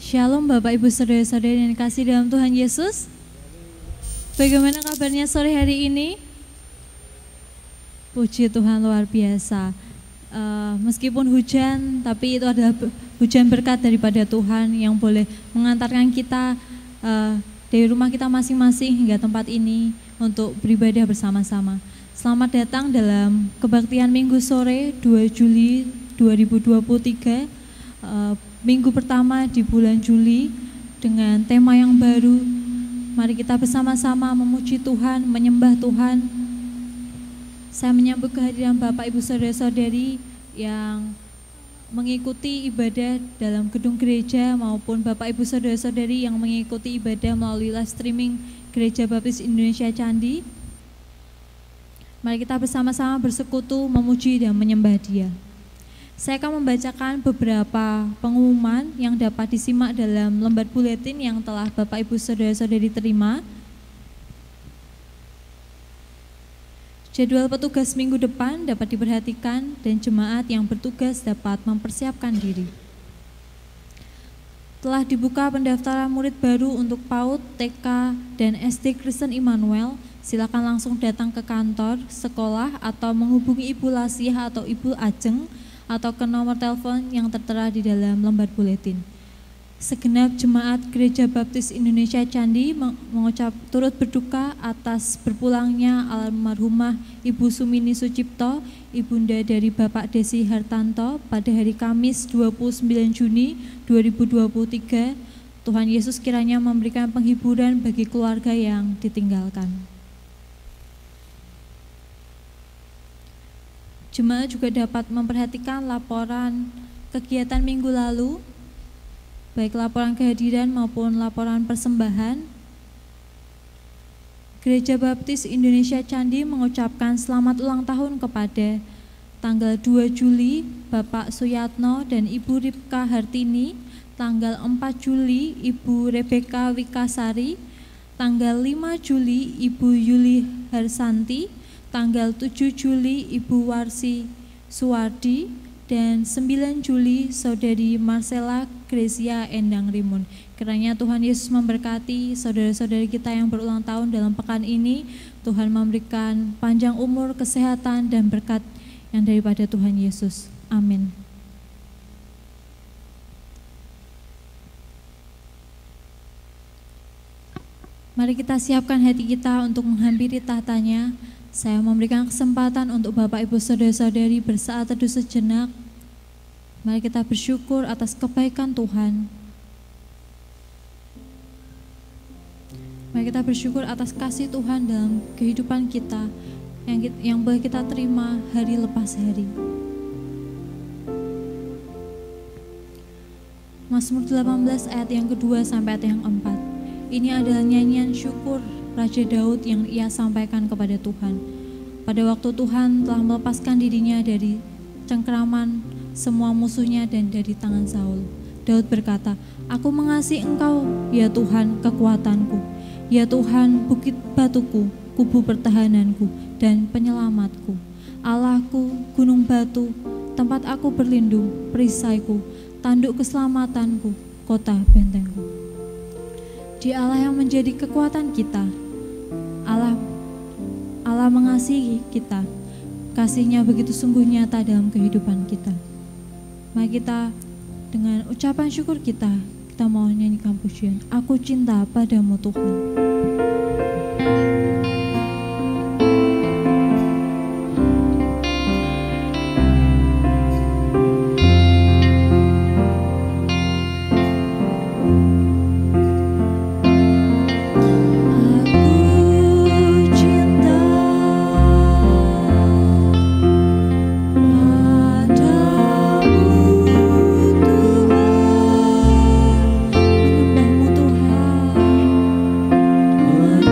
Shalom Bapak Ibu Saudara-saudari yang dikasihi dalam Tuhan Yesus. Bagaimana kabarnya sore hari ini? Puji Tuhan, luar biasa. Meskipun hujan, tapi itu adalah hujan berkat daripada Tuhan yang boleh mengantarkan kita dari rumah kita masing-masing hingga tempat ini untuk beribadah bersama-sama. Selamat datang dalam kebaktian Minggu sore 2 Juli 2023, minggu pertama di bulan Juli dengan tema yang baru. Mari kita bersama-sama memuji Tuhan, menyembah Tuhan. Saya menyambut kehadiran Bapak Ibu Saudara-saudari yang mengikuti ibadah dalam gedung gereja maupun Bapak Ibu Saudara-saudari yang mengikuti ibadah melalui live streaming Gereja Baptis Indonesia Candi. Mari kita bersama-sama bersekutu, memuji dan menyembah Dia. Saya akan membacakan beberapa pengumuman yang dapat disimak dalam lembar buletin yang telah Bapak Ibu Saudara-saudari terima. Jadwal petugas minggu depan dapat diperhatikan dan jemaat yang bertugas dapat mempersiapkan diri. Telah dibuka pendaftaran murid baru untuk PAUD, TK, dan SD Kristen Immanuel. Silakan langsung datang ke kantor, sekolah, atau menghubungi Ibu Lasiah atau Ibu Ajeng atau ke nomor telepon yang tertera di dalam lembar buletin. Segenap jemaat Gereja Baptis Indonesia Candi turut berduka atas berpulangnya almarhumah Ibu Sumini Sucipto, ibunda dari Bapak Desi Hartanto pada hari Kamis 29 Juni 2023. Tuhan Yesus kiranya memberikan penghiburan bagi keluarga yang ditinggalkan. Jemaat juga dapat memperhatikan laporan kegiatan minggu lalu, baik laporan kehadiran maupun laporan persembahan. Gereja Baptis Indonesia Candi mengucapkan selamat ulang tahun kepada tanggal 2 Juli Bapak Suyatno dan Ibu Ripka Hartini, tanggal 4 Juli Ibu Rebeka Wikasari, tanggal 5 Juli Ibu Yuli Harsanti, tanggal 7 Juli Ibu Warsi Suwardi, dan 9 Juli Saudari Marcella Gresia Endang Rimun. Kiranya Tuhan Yesus memberkati saudara-saudari kita yang berulang tahun dalam pekan ini. Tuhan memberikan panjang umur, kesehatan, dan berkat yang daripada Tuhan Yesus. Amin. Mari kita siapkan hati kita untuk menghampiri tahtanya. Saya memberikan kesempatan untuk Bapak Ibu Saudara-saudari bersaat teduh sejenak. Mari kita bersyukur atas kebaikan Tuhan. Mari kita bersyukur atas kasih Tuhan dalam kehidupan kita yang boleh kita terima hari lepas hari. Mazmur 18 ayat yang kedua sampai ayat yang 4. Ini adalah nyanyian syukur Raja Daud yang ia sampaikan kepada Tuhan. Pada waktu Tuhan telah melepaskan dirinya dari cengkeraman semua musuhnya dan dari tangan Saul. Daud berkata, "Aku mengasihi Engkau, ya Tuhan kekuatanku, ya Tuhan bukit batuku, kubu pertahananku dan penyelamatku, Allahku, gunung batu, tempat aku berlindung, perisaiku, tanduk keselamatanku, kota bentengku." Dia Allah yang menjadi kekuatan kita. Allah mengasihi kita. Kasih-Nya begitu sungguh nyata dalam kehidupan kita. Mari kita dengan ucapan syukur kita mau nyanyikan pujian. Aku cinta padamu Tuhan. Menyembahmu Tuhan.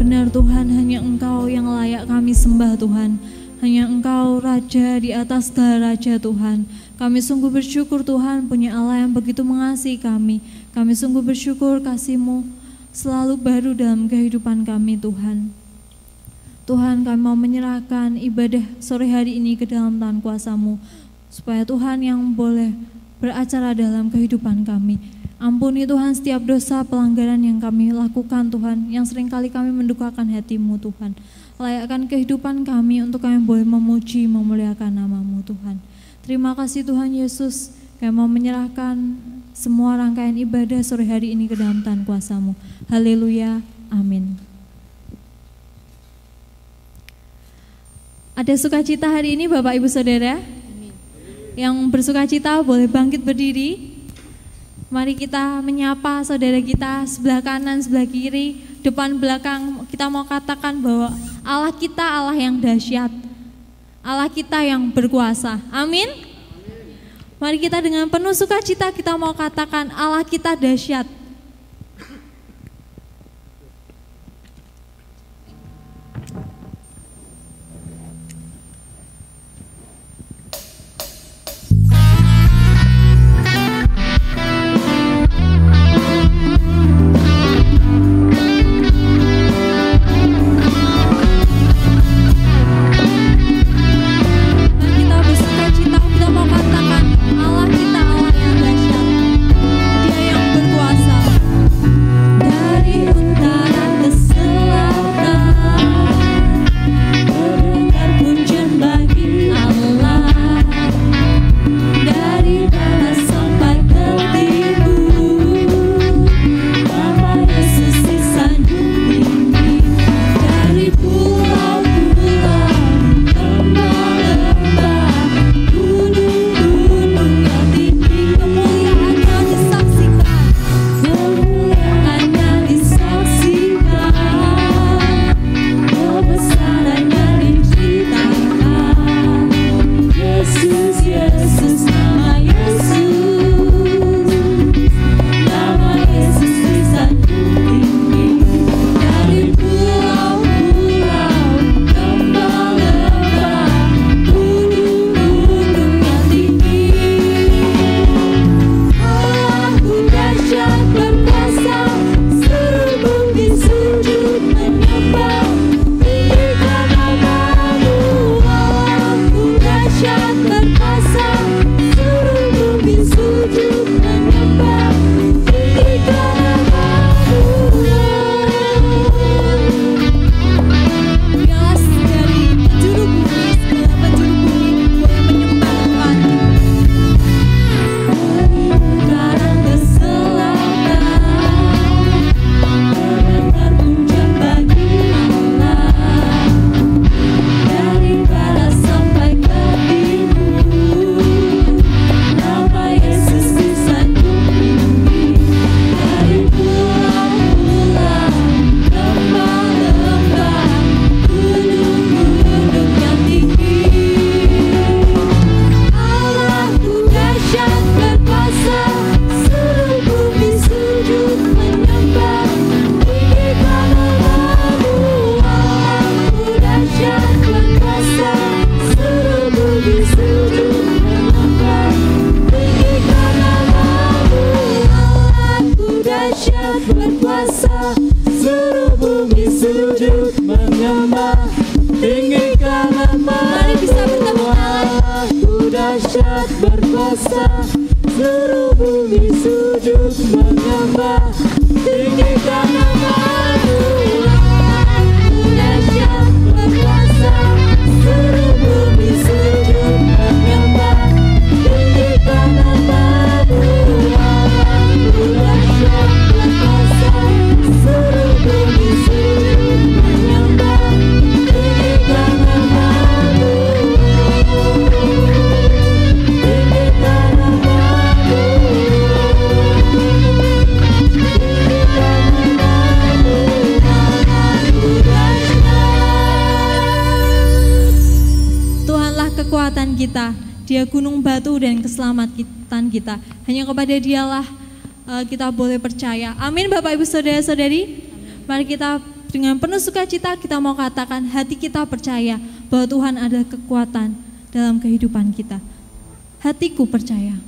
benar Tuhan, hanya Engkau yang layak kami sembah Tuhan. Hanya Engkau Raja di atas segala raja Tuhan. Kami sungguh bersyukur Tuhan punya Allah yang begitu mengasihi kami. Kami sungguh bersyukur kasih-Mu selalu baru dalam kehidupan kami Tuhan. Tuhan, kami mau menyerahkan ibadah sore hari ini ke dalam tangan kuasa-Mu, supaya Tuhan yang boleh beracara dalam kehidupan kami. Ampuni Tuhan setiap dosa pelanggaran yang kami lakukan Tuhan, yang seringkali kami mendukakan hati-Mu Tuhan. Layakkan kehidupan kami untuk kami boleh memuji, memuliakan nama-Mu Tuhan. Terima kasih Tuhan Yesus, kami mau menyerahkan semua rangkaian ibadah sore hari ini ke dalam tangan kuasa-Mu. Haleluya, amin. Ada sukacita hari ini Bapak Ibu Saudara? Yang bersukacita boleh bangkit berdiri. Mari kita menyapa saudara kita sebelah kanan, sebelah kiri, depan, belakang. Kita mau katakan bahwa Allah kita Allah yang dahsyat, Allah kita yang berkuasa. Amin. Mari kita dengan penuh sukacita kita mau katakan Allah kita dahsyat. Dia gunung batu dan keselamatan kita. Hanya kepada Dialah kita boleh percaya. Amin Bapak Ibu Saudara-saudari. Mari kita dengan penuh sukacita kita mau katakan hati kita percaya bahwa Tuhan adalah kekuatan dalam kehidupan kita. Hatiku percaya.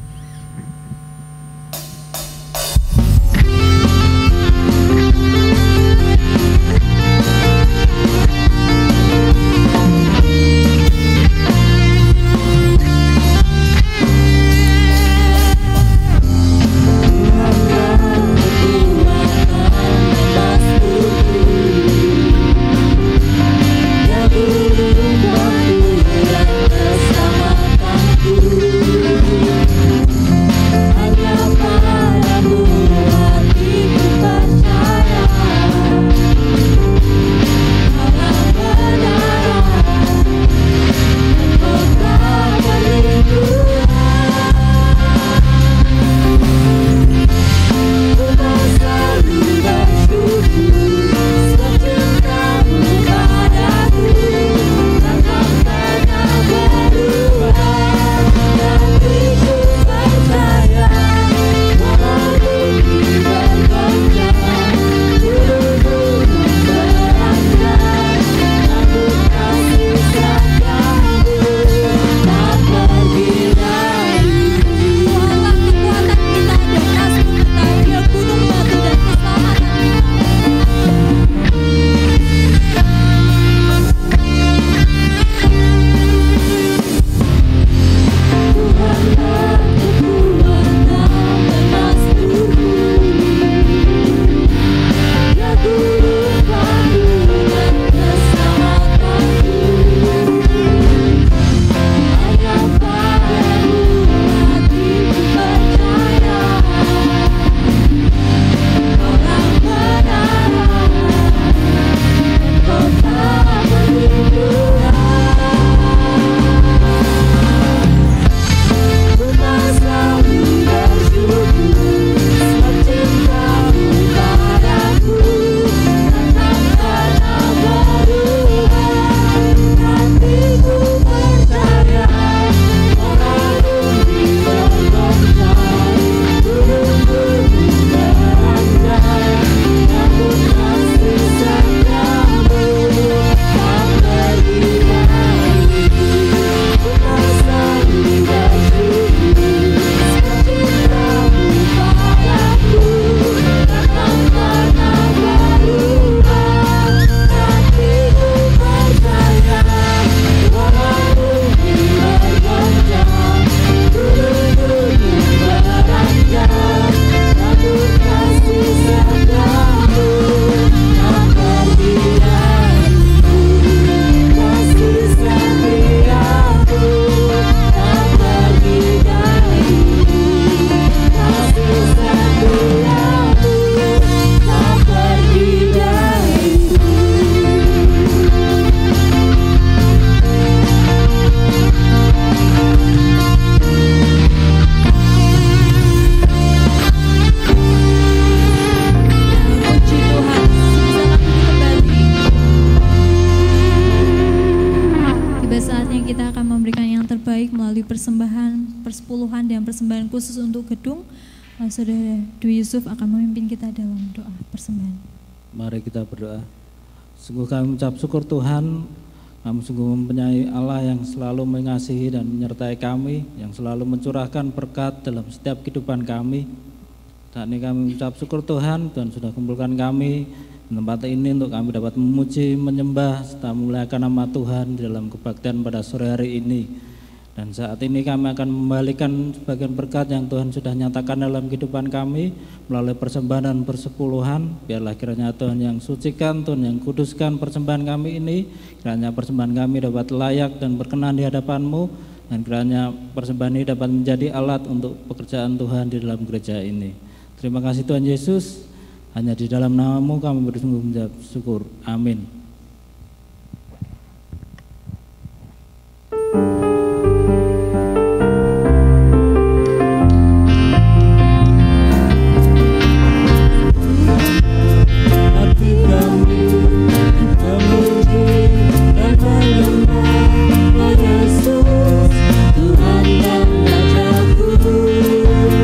persembahan persepuluhan dan persembahan khusus untuk gedung. Saudara Dwi Yusuf akan memimpin kita dalam doa persembahan. Mari kita berdoa. Sungguh kami mengucap syukur Tuhan, kami sungguh mempunyai Allah yang selalu mengasihi dan menyertai kami, yang selalu mencurahkan berkat dalam setiap kehidupan kami. Saat ini kami mengucap syukur Tuhan sudah kumpulkan kami di tempat ini untuk kami dapat memuji, menyembah, serta memuliakan nama Tuhan di dalam kebaktian pada sore hari ini. Dan saat ini kami akan membalikan sebagian berkat yang Tuhan sudah nyatakan dalam kehidupan kami melalui persembahan dan persepuluhan. Biarlah kiranya Tuhan yang sucikan, Tuhan yang kuduskan persembahan kami ini. Kiranya persembahan kami dapat layak dan berkenan di hadapan-Mu, dan kiranya persembahan ini dapat menjadi alat untuk pekerjaan Tuhan di dalam gereja ini. Terima kasih Tuhan Yesus, hanya di dalam nama-Mu kami bersungguh mengucap syukur. Amin.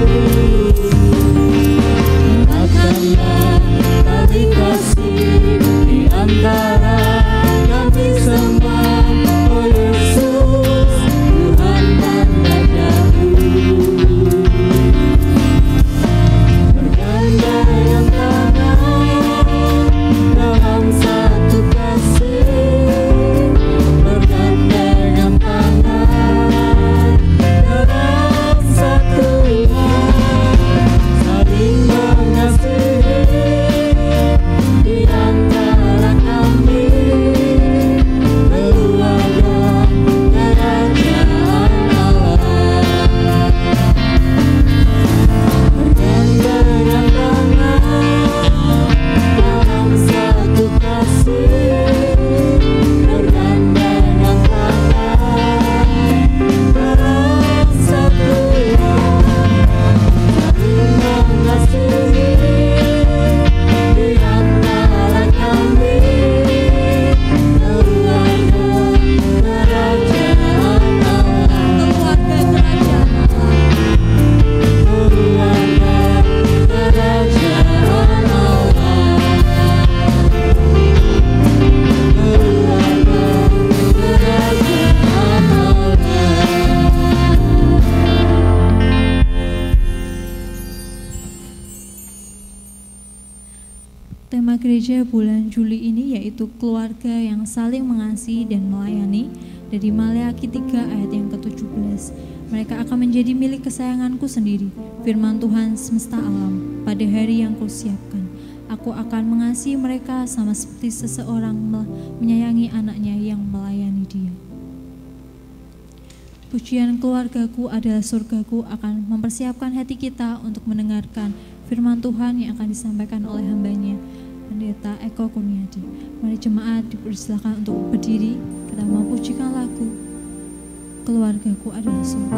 Kasih bulan Juli ini, yaitu keluarga yang saling mengasihi dan melayani, dari Maleakhi 3 ayat yang ke-17. Mereka akan menjadi milik kesayanganku sendiri, firman Tuhan semesta alam, pada hari yang kusiapkan. Aku akan mengasihi mereka sama seperti seseorang menyayangi anaknya yang melayani dia. Pujian keluargaku adalah surgaku akan mempersiapkan hati kita untuk mendengarkan firman Tuhan yang akan disampaikan oleh hambanya, Pendeta Eko Kurniadi. Mari jemaat dipersilakan untuk berdiri, kita memujikan lagu Keluargaku adalah surga.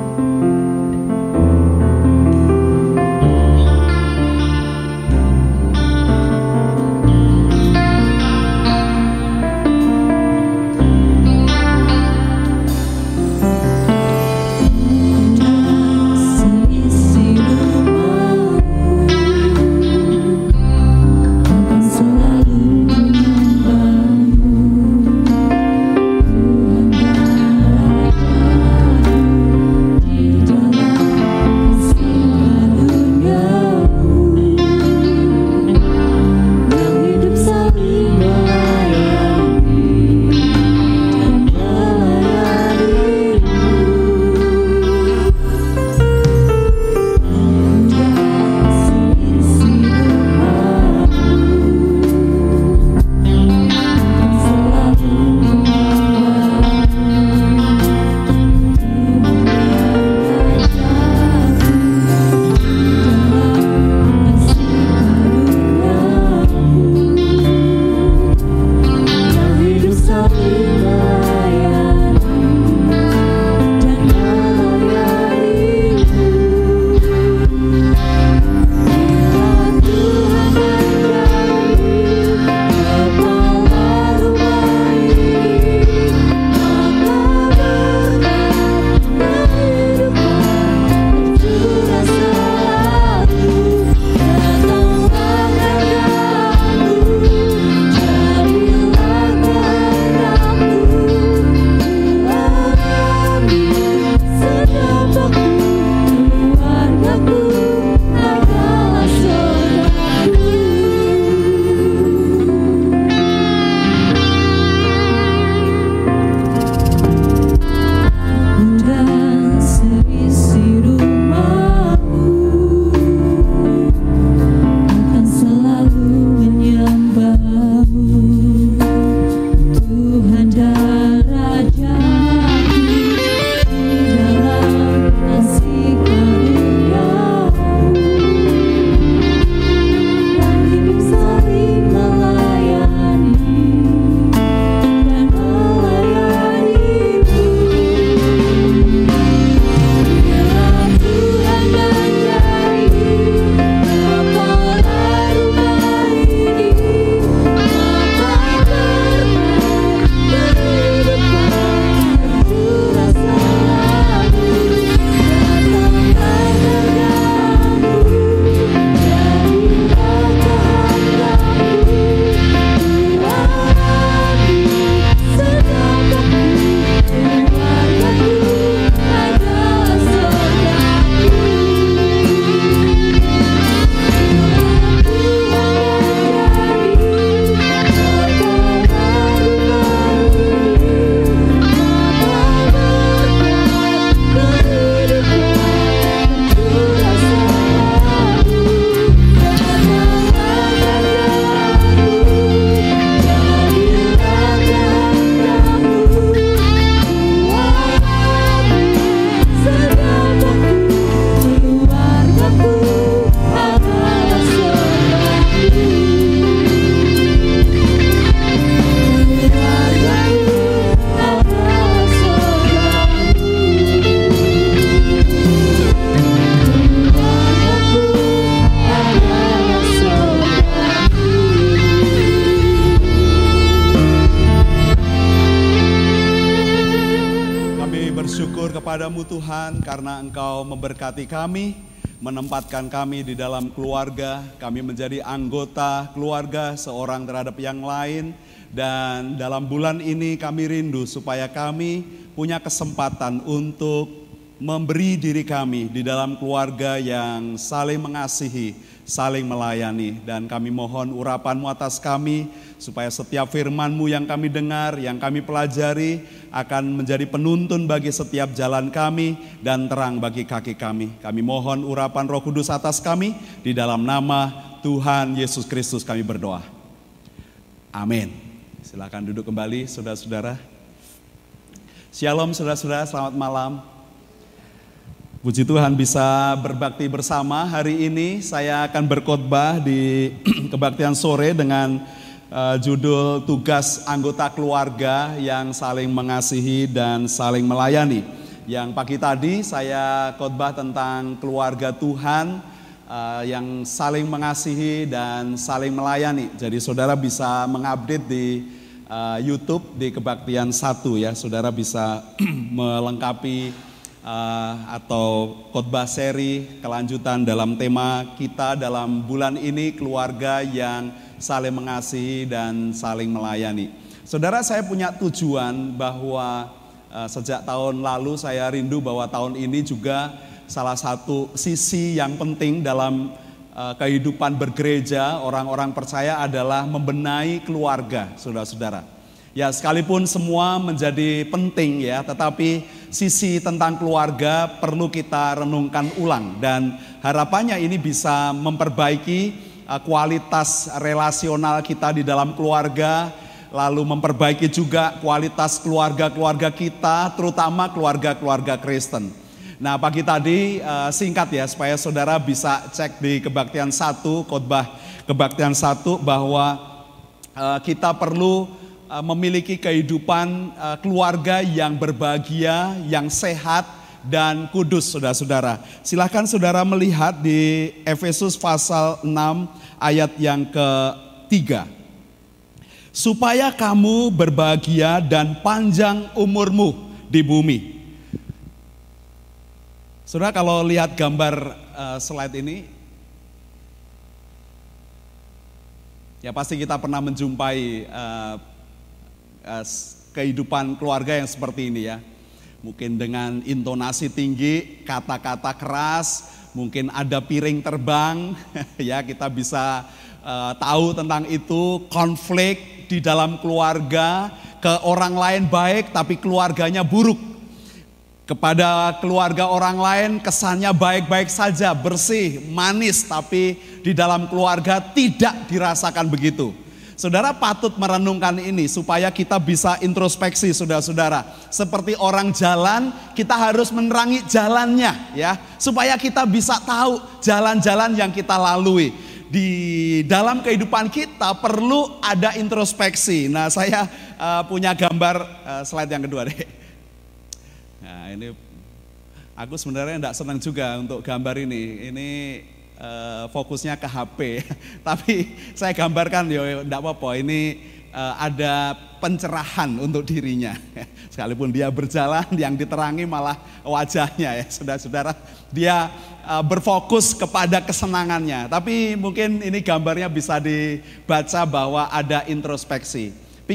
kepadamu Tuhan, karena Engkau memberkati kami, menempatkan kami di dalam keluarga, kami menjadi anggota keluarga seorang terhadap yang lain. Dan dalam bulan ini kami rindu supaya kami punya kesempatan untuk memberi diri kami di dalam keluarga yang saling mengasihi, saling melayani. Dan kami mohon urapan-Mu atas kami, supaya setiap firman-Mu yang kami dengar, yang kami pelajari, akan menjadi penuntun bagi setiap jalan kami dan terang bagi kaki kami. Kami mohon urapan Roh Kudus atas kami, di dalam nama Tuhan Yesus Kristus kami berdoa. Amin. Silakan duduk kembali saudara-saudara. Shalom saudara-saudara, selamat malam. Puji Tuhan bisa berbakti bersama. Hari ini saya akan berkhotbah di kebaktian sore dengan judul tugas anggota keluarga yang saling mengasihi dan saling melayani. Yang pagi tadi saya khotbah tentang keluarga Tuhan yang saling mengasihi dan saling melayani. Jadi saudara bisa mengupdate di YouTube di Kebaktian 1 ya. Saudara bisa melengkapi atau khotbah seri kelanjutan dalam tema kita dalam bulan ini, keluarga yang saling mengasihi dan saling melayani. Saudara, saya punya tujuan bahwa sejak tahun lalu saya rindu bahwa tahun ini juga salah satu sisi yang penting dalam kehidupan bergereja orang-orang percaya adalah membenahi keluarga, saudara-saudara. Ya, sekalipun semua menjadi penting ya, tetapi sisi tentang keluarga perlu kita renungkan ulang. Dan harapannya ini bisa memperbaiki kualitas relasional kita di dalam keluarga, lalu memperbaiki juga kualitas keluarga-keluarga kita, terutama keluarga-keluarga Kristen. Nah, pagi tadi singkat ya, supaya saudara bisa cek di Kebaktian 1, khotbah Kebaktian 1, bahwa kita perlu memiliki kehidupan keluarga yang berbahagia, yang sehat dan kudus, saudara-saudara. Silakan saudara melihat di Efesus pasal 6 ayat yang ke-3. Supaya kamu berbahagia dan panjang umurmu di bumi. Saudara, kalau lihat gambar slide ini, ya pasti kita pernah menjumpai kehidupan keluarga yang seperti ini ya. Mungkin dengan intonasi tinggi, kata-kata keras, mungkin ada piring terbang, ya kita bisa tahu tentang itu. Konflik di dalam keluarga, ke orang lain baik tapi keluarganya buruk. Kepada keluarga orang lain kesannya baik-baik saja, bersih, manis, tapi di dalam keluarga tidak dirasakan begitu. Saudara patut merenungkan ini supaya kita bisa introspeksi, saudara-saudara. Seperti orang jalan, kita harus menerangi jalannya ya, supaya kita bisa tahu jalan-jalan yang kita lalui. Di dalam kehidupan kita perlu ada introspeksi. Nah, saya punya gambar slide yang kedua deh. Nah, ini aku sebenarnya enggak senang juga untuk gambar ini. Ini fokusnya ke HP. Tapi saya gambarkan ya enggak apa-apa. Ini ada pencerahan untuk dirinya. Sekalipun dia berjalan, yang diterangi malah wajahnya ya, saudara-saudara. Dia berfokus kepada kesenangannya. Tapi mungkin ini gambarnya bisa dibaca bahwa ada introspeksi.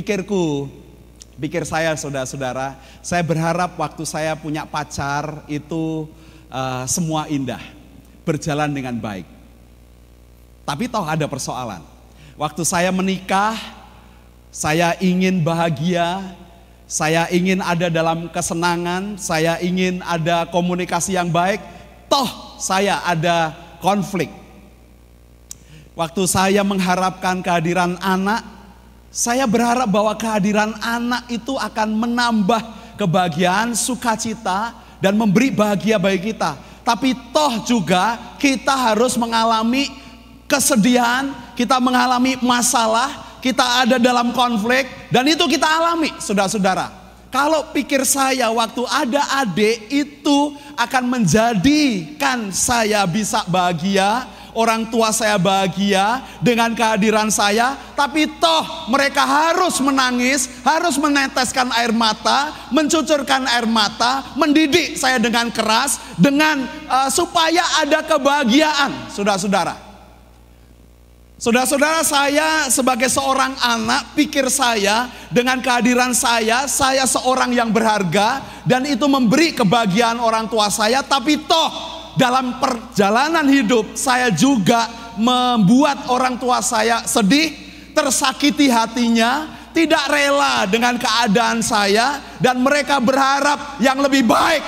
Pikir saya, saudara-saudara, saya berharap waktu saya punya pacar itu semua indah, berjalan dengan baik. Tapi toh ada persoalan. Waktu saya menikah, saya ingin bahagia, saya ingin ada dalam kesenangan, saya ingin ada komunikasi yang baik, toh saya ada konflik. Waktu saya mengharapkan kehadiran anak, saya berharap bahwa kehadiran anak itu akan menambah kebahagiaan, sukacita, dan memberi bahagia bagi kita. Tapi toh juga kita harus mengalami kesedihan, kita mengalami masalah, kita ada dalam konflik, dan itu kita alami, saudara-saudara. Kalau pikir saya waktu ada adik itu akan menjadikan saya bisa bahagia, orang tua saya bahagia dengan kehadiran saya, tapi toh mereka harus menangis, harus meneteskan air mata, mencucurkan air mata, mendidik saya dengan keras, dengan supaya ada kebahagiaan, saudara-saudara. Saudara-saudara, saya sebagai seorang anak, pikir saya dengan kehadiran saya seorang yang berharga dan itu memberi kebahagiaan orang tua saya. Tapi toh dalam perjalanan hidup saya juga membuat orang tua saya sedih, tersakiti hatinya, tidak rela dengan keadaan saya, dan mereka berharap yang lebih baik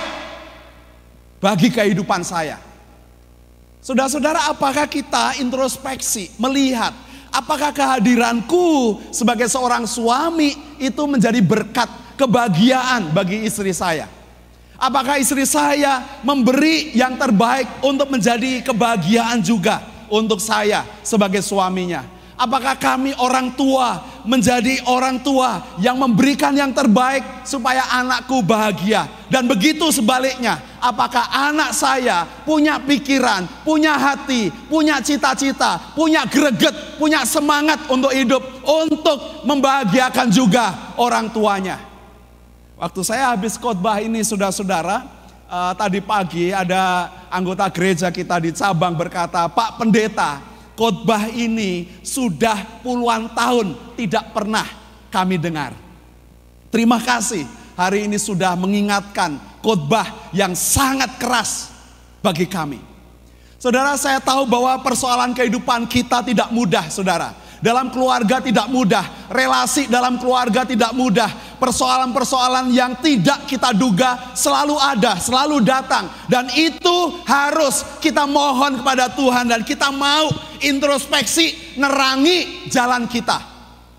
bagi kehidupan saya. Saudara-saudara, apakah kita introspeksi, melihat apakah kehadiranku sebagai seorang suami itu menjadi berkat, kebahagiaan bagi istri saya? Apakah istri saya memberi yang terbaik untuk menjadi kebahagiaan juga untuk saya sebagai suaminya? Apakah kami orang tua menjadi orang tua yang memberikan yang terbaik supaya anakku bahagia? Dan begitu sebaliknya, apakah anak saya punya pikiran, punya hati, punya cita-cita, punya greget, punya semangat untuk hidup, untuk membahagiakan juga orang tuanya? Waktu saya habis khotbah ini, saudara-saudara, tadi pagi ada anggota gereja kita di cabang berkata, "Pak Pendeta, khotbah ini sudah puluhan tahun tidak pernah kami dengar. Terima kasih, hari ini sudah mengingatkan khotbah yang sangat keras bagi kami." Saudara, saya tahu bahwa persoalan kehidupan kita tidak mudah, saudara. Dalam keluarga tidak mudah, relasi dalam keluarga tidak mudah. Persoalan-persoalan yang tidak kita duga selalu ada, selalu datang. Dan itu harus kita mohon kepada Tuhan dan kita mau introspeksi, nerangi jalan kita,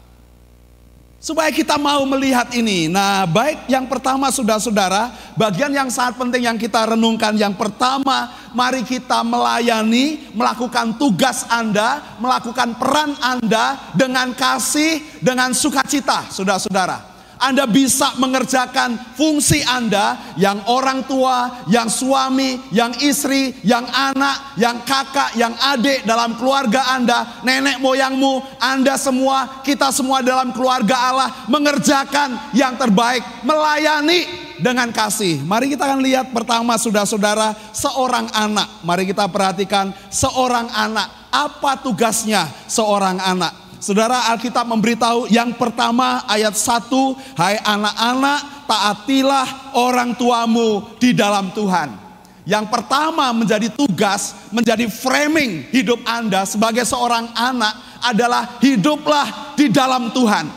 supaya kita mau melihat ini. Nah, baik, yang pertama saudara-saudara, bagian yang sangat penting yang kita renungkan. Yang pertama, mari kita melayani, melakukan tugas Anda, melakukan peran Anda dengan kasih, dengan sukacita, saudara-saudara. Anda bisa mengerjakan fungsi Anda, yang orang tua, yang suami, yang istri, yang anak, yang kakak, yang adik dalam keluarga Anda, nenek moyangmu, Anda semua, kita semua dalam keluarga Allah mengerjakan yang terbaik, melayani dengan kasih. Mari kita akan lihat pertama, saudara-saudara, seorang anak. Mari kita perhatikan seorang anak. Apa tugasnya seorang anak? Saudara, Alkitab memberitahu yang pertama ayat 1, "Hai anak-anak, taatilah orang tuamu di dalam Tuhan." Yang pertama menjadi tugas, menjadi framing hidup Anda sebagai seorang anak adalah hiduplah di dalam Tuhan.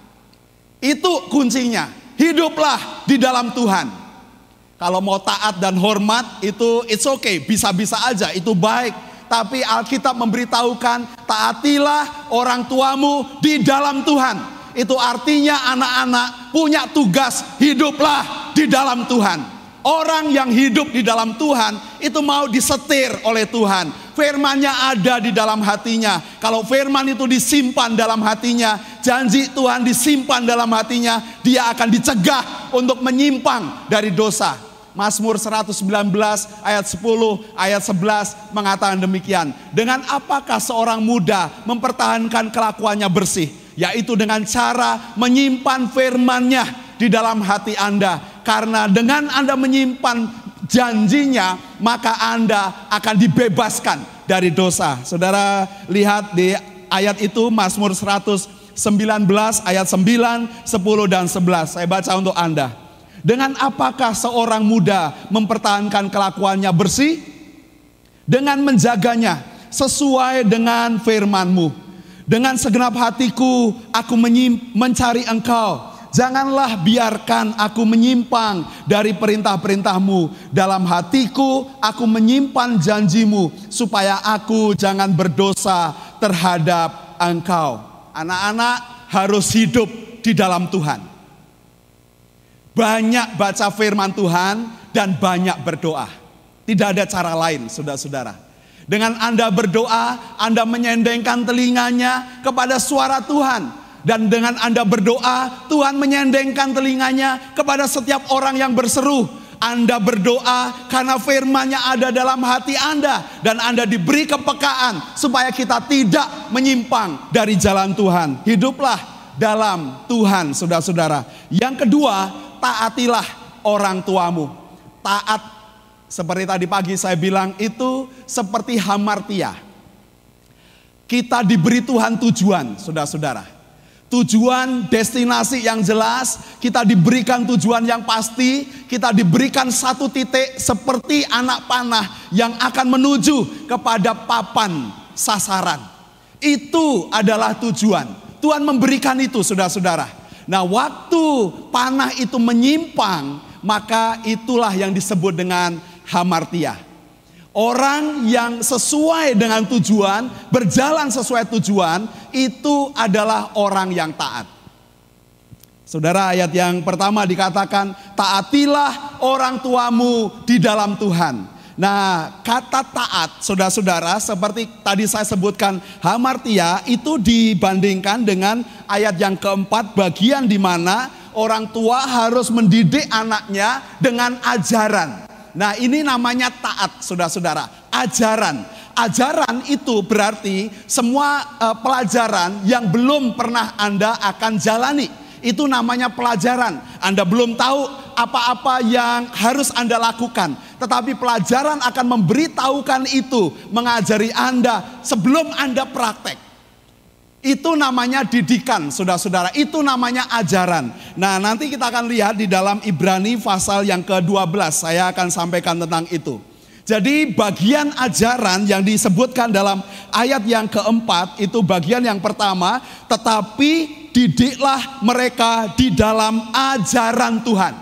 Itu kuncinya, hiduplah di dalam Tuhan. Kalau mau taat dan hormat itu it's okay, bisa-bisa aja, itu baik. Tapi Alkitab memberitahukan, taatilah orang tuamu di dalam Tuhan. Itu artinya anak-anak punya tugas, hiduplah di dalam Tuhan. Orang yang hidup di dalam Tuhan itu mau disetir oleh Tuhan. Firman-Nya ada di dalam hatinya. Kalau firman itu disimpan dalam hatinya, janji Tuhan disimpan dalam hatinya, dia akan dicegah untuk menyimpang dari dosa. Mazmur 119 ayat 10, ayat 11 mengatakan demikian. Dengan apakah seorang muda mempertahankan kelakuannya bersih? Yaitu dengan cara menyimpan firman-Nya di dalam hati Anda. Karena dengan Anda menyimpan janjinya, maka Anda akan dibebaskan dari dosa. Saudara lihat di ayat itu, Mazmur 119 ayat 9, 10 dan 11. Saya baca untuk Anda. Dengan apakah seorang muda mempertahankan kelakuannya bersih? Dengan menjaganya sesuai dengan firman-Mu. Dengan segenap hatiku aku mencari Engkau. Janganlah biarkan aku menyimpang dari perintah-perintah-Mu. Dalam hatiku aku menyimpan janji-Mu, supaya aku jangan berdosa terhadap Engkau. Anak-anak harus hidup di dalam Tuhan. Banyak baca firman Tuhan dan banyak berdoa. Tidak ada cara lain, saudara-saudara. Dengan Anda berdoa, Anda menyendengkan telinganya kepada suara Tuhan. Dan dengan Anda berdoa, Tuhan menyendengkan telinganya kepada setiap orang yang berseru. Anda berdoa karena firman-Nya ada dalam hati Anda. Dan Anda diberi kepekaan supaya kita tidak menyimpang dari jalan Tuhan. Hiduplah dalam Tuhan, saudara-saudara. Yang kedua, taatilah orang tuamu. Taat, seperti tadi pagi saya bilang, itu seperti hamartia. Kita diberi Tuhan tujuan, saudara-saudara. Tujuan, destinasi yang jelas, kita diberikan tujuan yang pasti, kita diberikan satu titik seperti anak panah yang akan menuju kepada papan sasaran. Itu adalah tujuan. Tuhan memberikan itu, saudara-saudara. Nah, waktu panah itu menyimpang, maka itulah yang disebut dengan hamartia. Orang yang sesuai dengan tujuan, berjalan sesuai tujuan, itu adalah orang yang taat. Saudara, ayat yang pertama dikatakan, taatilah orang tuamu di dalam Tuhan. Nah, kata taat, saudara-saudara, seperti tadi saya sebutkan, hamartia, itu dibandingkan dengan ayat yang keempat, bagian di mana orang tua harus mendidik anaknya dengan ajaran. Nah, ini namanya taat, saudara-saudara. Ajaran. Ajaran itu berarti semua pelajaran yang belum pernah Anda akan jalani. Itu namanya pelajaran. Anda belum tahu apa-apa yang harus Anda lakukan. Tetapi pelajaran akan memberitahukan itu, mengajari Anda sebelum Anda praktek. Itu namanya didikan, saudara-saudara. Itu namanya ajaran. Nah, nanti kita akan lihat di dalam Ibrani pasal yang ke-12. Saya akan sampaikan tentang itu. Jadi bagian ajaran yang disebutkan dalam ayat yang keempat, itu bagian yang pertama, tetapi didiklah mereka di dalam ajaran Tuhan.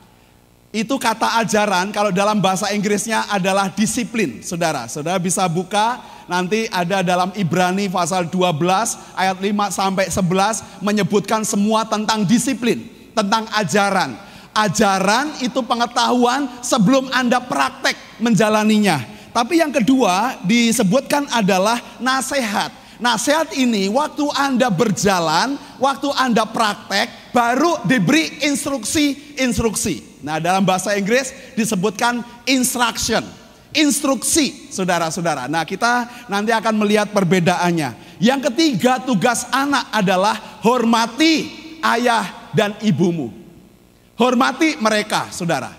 Itu kata ajaran, kalau dalam bahasa Inggrisnya adalah disiplin, saudara. Saudara bisa buka, nanti ada dalam Ibrani pasal 12 ayat 5 sampai 11 menyebutkan semua tentang disiplin, tentang ajaran. Ajaran itu pengetahuan sebelum Anda praktek menjalaninya. Tapi yang kedua disebutkan adalah nasihat. Nasihat ini waktu Anda berjalan, waktu Anda praktek, baru diberi instruksi. Nah, dalam bahasa Inggris disebutkan instruction. Instruksi, saudara-saudara. Nah, kita nanti akan melihat perbedaannya. Yang ketiga, tugas anak adalah hormati ayah dan ibumu. Hormati mereka, saudara.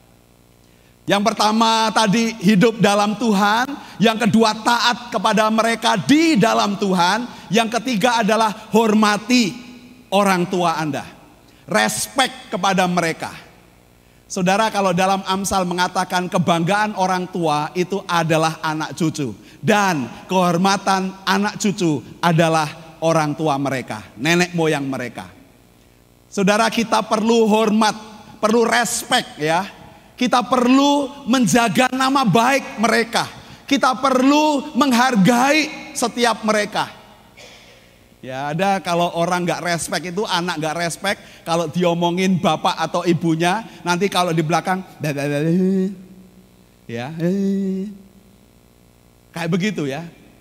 Yang pertama tadi hidup dalam Tuhan. Yang kedua taat kepada mereka di dalam Tuhan. Yang ketiga adalah hormati orang tua Anda. Respect kepada mereka. Saudara, kalau dalam Amsal mengatakan kebanggaan orang tua itu adalah anak cucu. Dan kehormatan anak cucu adalah orang tua mereka, nenek moyang mereka. Saudara, kita perlu hormat, perlu respect ya. Kita perlu menjaga nama baik mereka. Kita perlu menghargai setiap mereka. Ya, ada kalau orang gak respect itu, anak gak respect, kalau diomongin bapak atau ibunya, nanti kalau di belakang, ya, kayak begitu ya,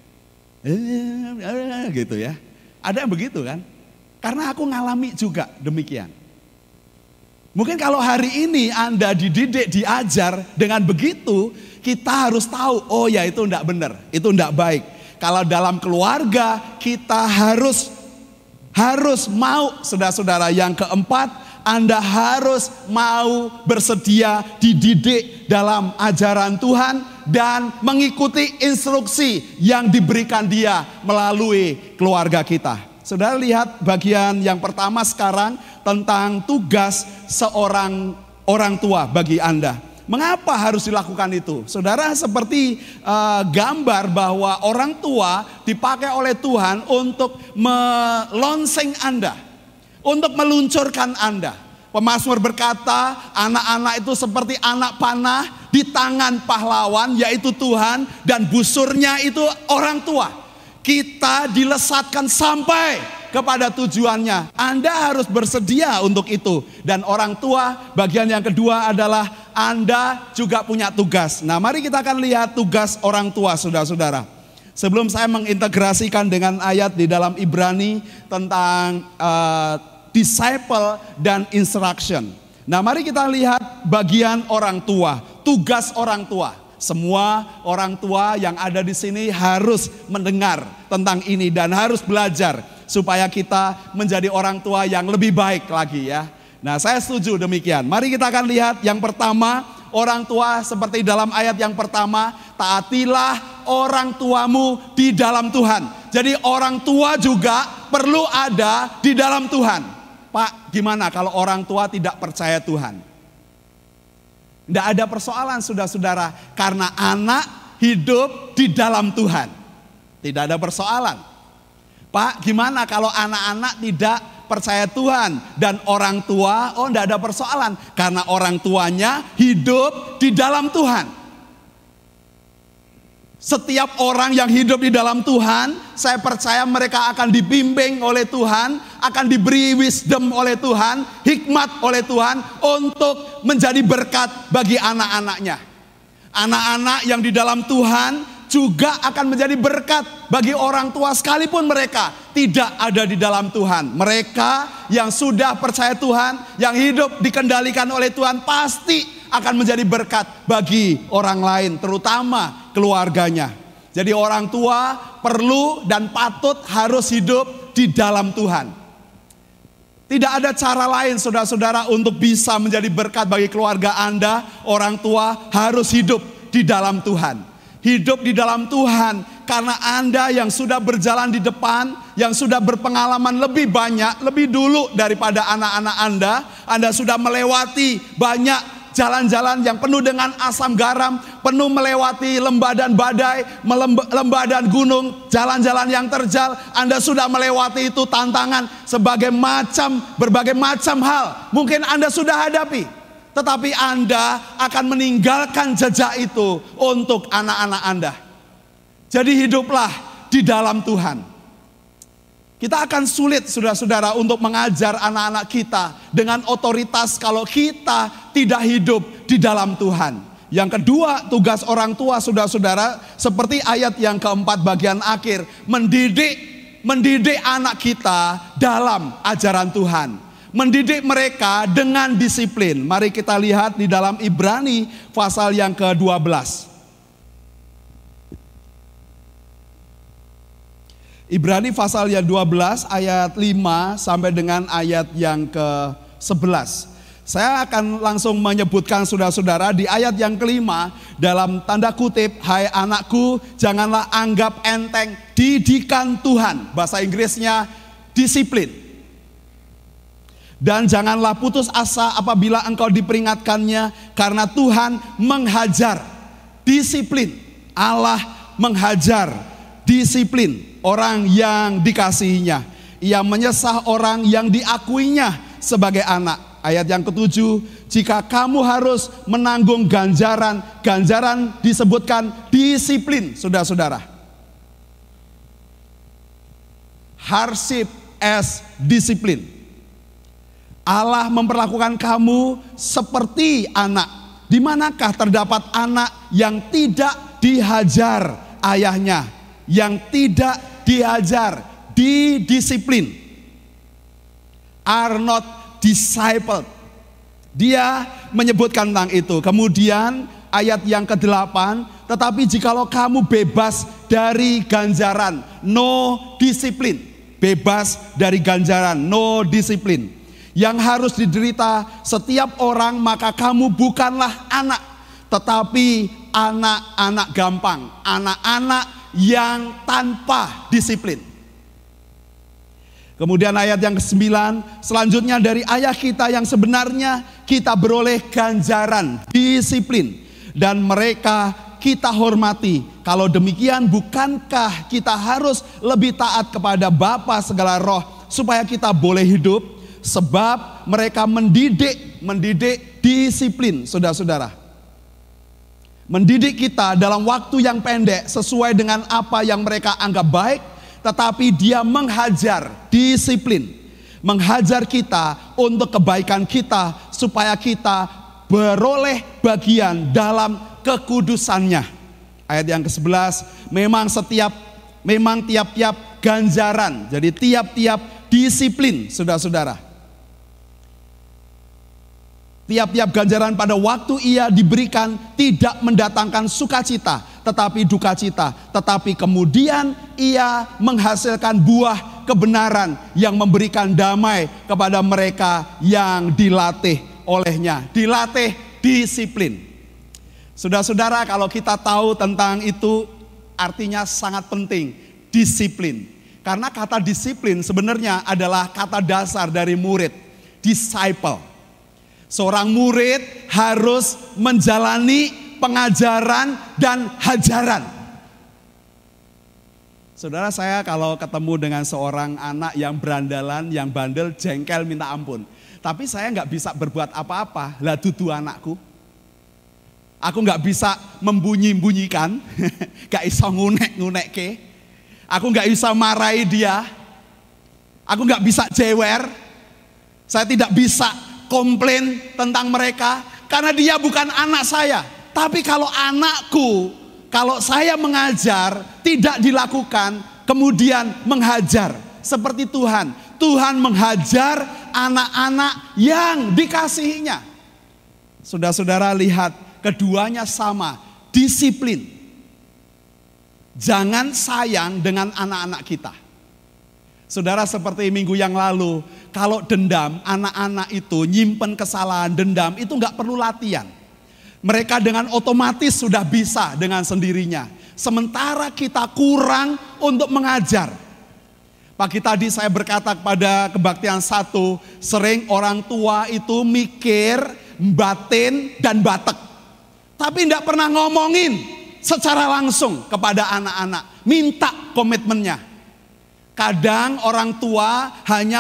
gitu ya. Ada yang begitu kan? Karena aku ngalami juga demikian. Mungkin kalau hari ini Anda dididik, diajar dengan begitu, kita harus tahu, oh ya itu enggak benar, itu enggak baik. Kalau dalam keluarga kita harus mau, saudara-saudara. Yang keempat, Anda harus mau bersedia dididik dalam ajaran Tuhan dan mengikuti instruksi yang diberikan Dia melalui keluarga kita. Saudara lihat bagian yang pertama sekarang tentang tugas seorang orang tua bagi Anda. Mengapa harus dilakukan itu? Saudara, seperti gambar bahwa orang tua dipakai oleh Tuhan untuk melonseng Anda, untuk meluncurkan Anda. Pemazmur berkata, anak-anak itu seperti anak panah di tangan pahlawan, yaitu Tuhan, dan busurnya itu orang tua. Kita dilesatkan sampai kepada tujuannya. Anda harus bersedia untuk itu. Dan orang tua, bagian yang kedua adalah Anda juga punya tugas. Nah, mari kita akan lihat tugas orang tua, saudara-saudara. Sebelum saya mengintegrasikan dengan ayat di dalam Ibrani tentang disciple dan instruction. Nah, mari kita lihat bagian orang tua, tugas orang tua. Semua orang tua yang ada di sini harus mendengar tentang ini dan harus belajar supaya kita menjadi orang tua yang lebih baik lagi ya. Nah, saya setuju demikian. Mari kita akan lihat yang pertama, orang tua seperti dalam ayat yang pertama, taatilah orang tuamu di dalam Tuhan. Jadi orang tua juga perlu ada di dalam Tuhan. Pak, gimana kalau orang tua tidak percaya Tuhan? Tidak ada persoalan saudara-saudara, karena anak hidup di dalam Tuhan. Tidak ada persoalan. Pak, gimana kalau anak-anak tidak percaya Tuhan dan orang tua? Oh, tidak ada persoalan, karena orang tuanya hidup di dalam Tuhan. Setiap orang yang hidup di dalam Tuhan, saya percaya mereka akan dibimbing oleh Tuhan, akan diberi wisdom oleh Tuhan, hikmat oleh Tuhan untuk menjadi berkat bagi anak-anaknya. Anak-anak yang di dalam Tuhan juga akan menjadi berkat bagi orang tua sekalipun mereka tidak ada di dalam Tuhan. Mereka yang sudah percaya Tuhan, yang hidup dikendalikan oleh Tuhan, pasti akan menjadi berkat bagi orang lain, terutama keluarganya. Jadi orang tua perlu dan patut harus hidup di dalam Tuhan. Tidak ada cara lain saudara-saudara untuk bisa menjadi berkat bagi keluarga Anda. Orang tua harus hidup di dalam Tuhan. Hidup di dalam Tuhan karena Anda yang sudah berjalan di depan, yang sudah berpengalaman lebih banyak, lebih dulu daripada anak-anak Anda sudah melewati banyak jalan-jalan yang penuh dengan asam garam, penuh melewati lembah dan badai, lembah dan gunung, jalan-jalan yang terjal. Anda sudah melewati itu, tantangan berbagai macam hal mungkin Anda sudah hadapi. Tetapi Anda akan meninggalkan jejak itu untuk anak-anak Anda. Jadi hiduplah di dalam Tuhan. Kita akan sulit saudara-saudara untuk mengajar anak-anak kita dengan otoritas kalau kita tidak hidup di dalam Tuhan. Yang kedua, tugas orang tua saudara-saudara seperti ayat yang keempat bagian akhir, mendidik anak kita dalam ajaran Tuhan. Mendidik mereka dengan disiplin. Mari kita lihat di dalam Ibrani pasal yang ke-12. Ibrani pasal yang 12 ayat 5 sampai dengan ayat yang ke-11. Saya akan langsung menyebutkan saudara-saudara di ayat yang kelima dalam tanda kutip, hai anakku janganlah anggap enteng didikan Tuhan. Bahasa Inggrisnya disiplin. Dan janganlah putus asa apabila engkau diperingatkannya, karena Tuhan menghajar disiplin. Allah menghajar disiplin orang yang dikasihinya. Ia menyesah orang yang diakuinya sebagai anak. Ayat yang ke-7, jika kamu harus menanggung ganjaran disebutkan disiplin, saudara-saudara. Hardship as disiplin. Allah memperlakukan kamu seperti anak. Di manakah terdapat anak yang tidak dihajar ayahnya, yang tidak diajar, didisiplin, are not discipled. Dia menyebutkan tentang itu. Kemudian ayat yang ke-8, tetapi jikalau kamu bebas dari ganjaran, no disiplin. Bebas dari ganjaran, no disiplin, yang harus diderita setiap orang, maka kamu bukanlah anak, tetapi anak-anak gampang, anak-anak yang tanpa disiplin. Kemudian ayat yang ke-9, selanjutnya dari ayah kita yang sebenarnya kita beroleh ganjaran disiplin, dan mereka kita hormati. Kalau demikian, bukankah kita harus lebih taat kepada Bapa segala roh supaya kita boleh hidup? Sebab mereka mendidik disiplin, saudara-saudara. Mendidik kita dalam waktu yang pendek sesuai dengan apa yang mereka anggap baik, tetapi dia menghajar disiplin, menghajar kita untuk kebaikan kita supaya kita beroleh bagian dalam kekudusannya. Ayat yang ke-11, memang tiap-tiap ganjaran, jadi tiap-tiap disiplin, saudara-saudara. Tiap-tiap ganjaran pada waktu ia diberikan tidak mendatangkan sukacita, tetapi dukacita. Tetapi kemudian ia menghasilkan buah kebenaran yang memberikan damai kepada mereka yang dilatih olehnya. Dilatih disiplin. Saudara-saudara, kalau kita tahu tentang itu, artinya sangat penting, disiplin. Karena kata disiplin sebenarnya adalah kata dasar dari murid, disciple. Seorang murid harus menjalani pengajaran dan hajaran. Saudara, saya kalau ketemu dengan seorang anak yang berandalan, yang bandel, jengkel minta ampun. Tapi saya nggak bisa berbuat apa-apa, lah dudu anakku. Aku nggak bisa membunyi-bunyikan, nggak bisa ngunek-ngunekke. Aku nggak bisa marahi dia. Aku nggak bisa jewer. Saya tidak bisa komplain tentang mereka karena dia bukan anak saya. Tapi kalau anakku, kalau saya mengajar tidak dilakukan, kemudian menghajar seperti Tuhan. Tuhan menghajar anak-anak yang dikasihinya. Saudara-saudara lihat, keduanya sama, disiplin. Jangan sayang dengan anak-anak kita. Saudara, seperti minggu yang lalu, kalau dendam, anak-anak itu nyimpen kesalahan, dendam, itu gak perlu latihan. Mereka dengan otomatis sudah bisa dengan sendirinya. Sementara kita kurang untuk mengajar. Pagi tadi saya berkata kepada kebaktian 1, sering orang tua itu mikir, batin, dan batek. Tapi tidak pernah ngomongin secara langsung kepada anak-anak, minta komitmennya. Kadang orang tua hanya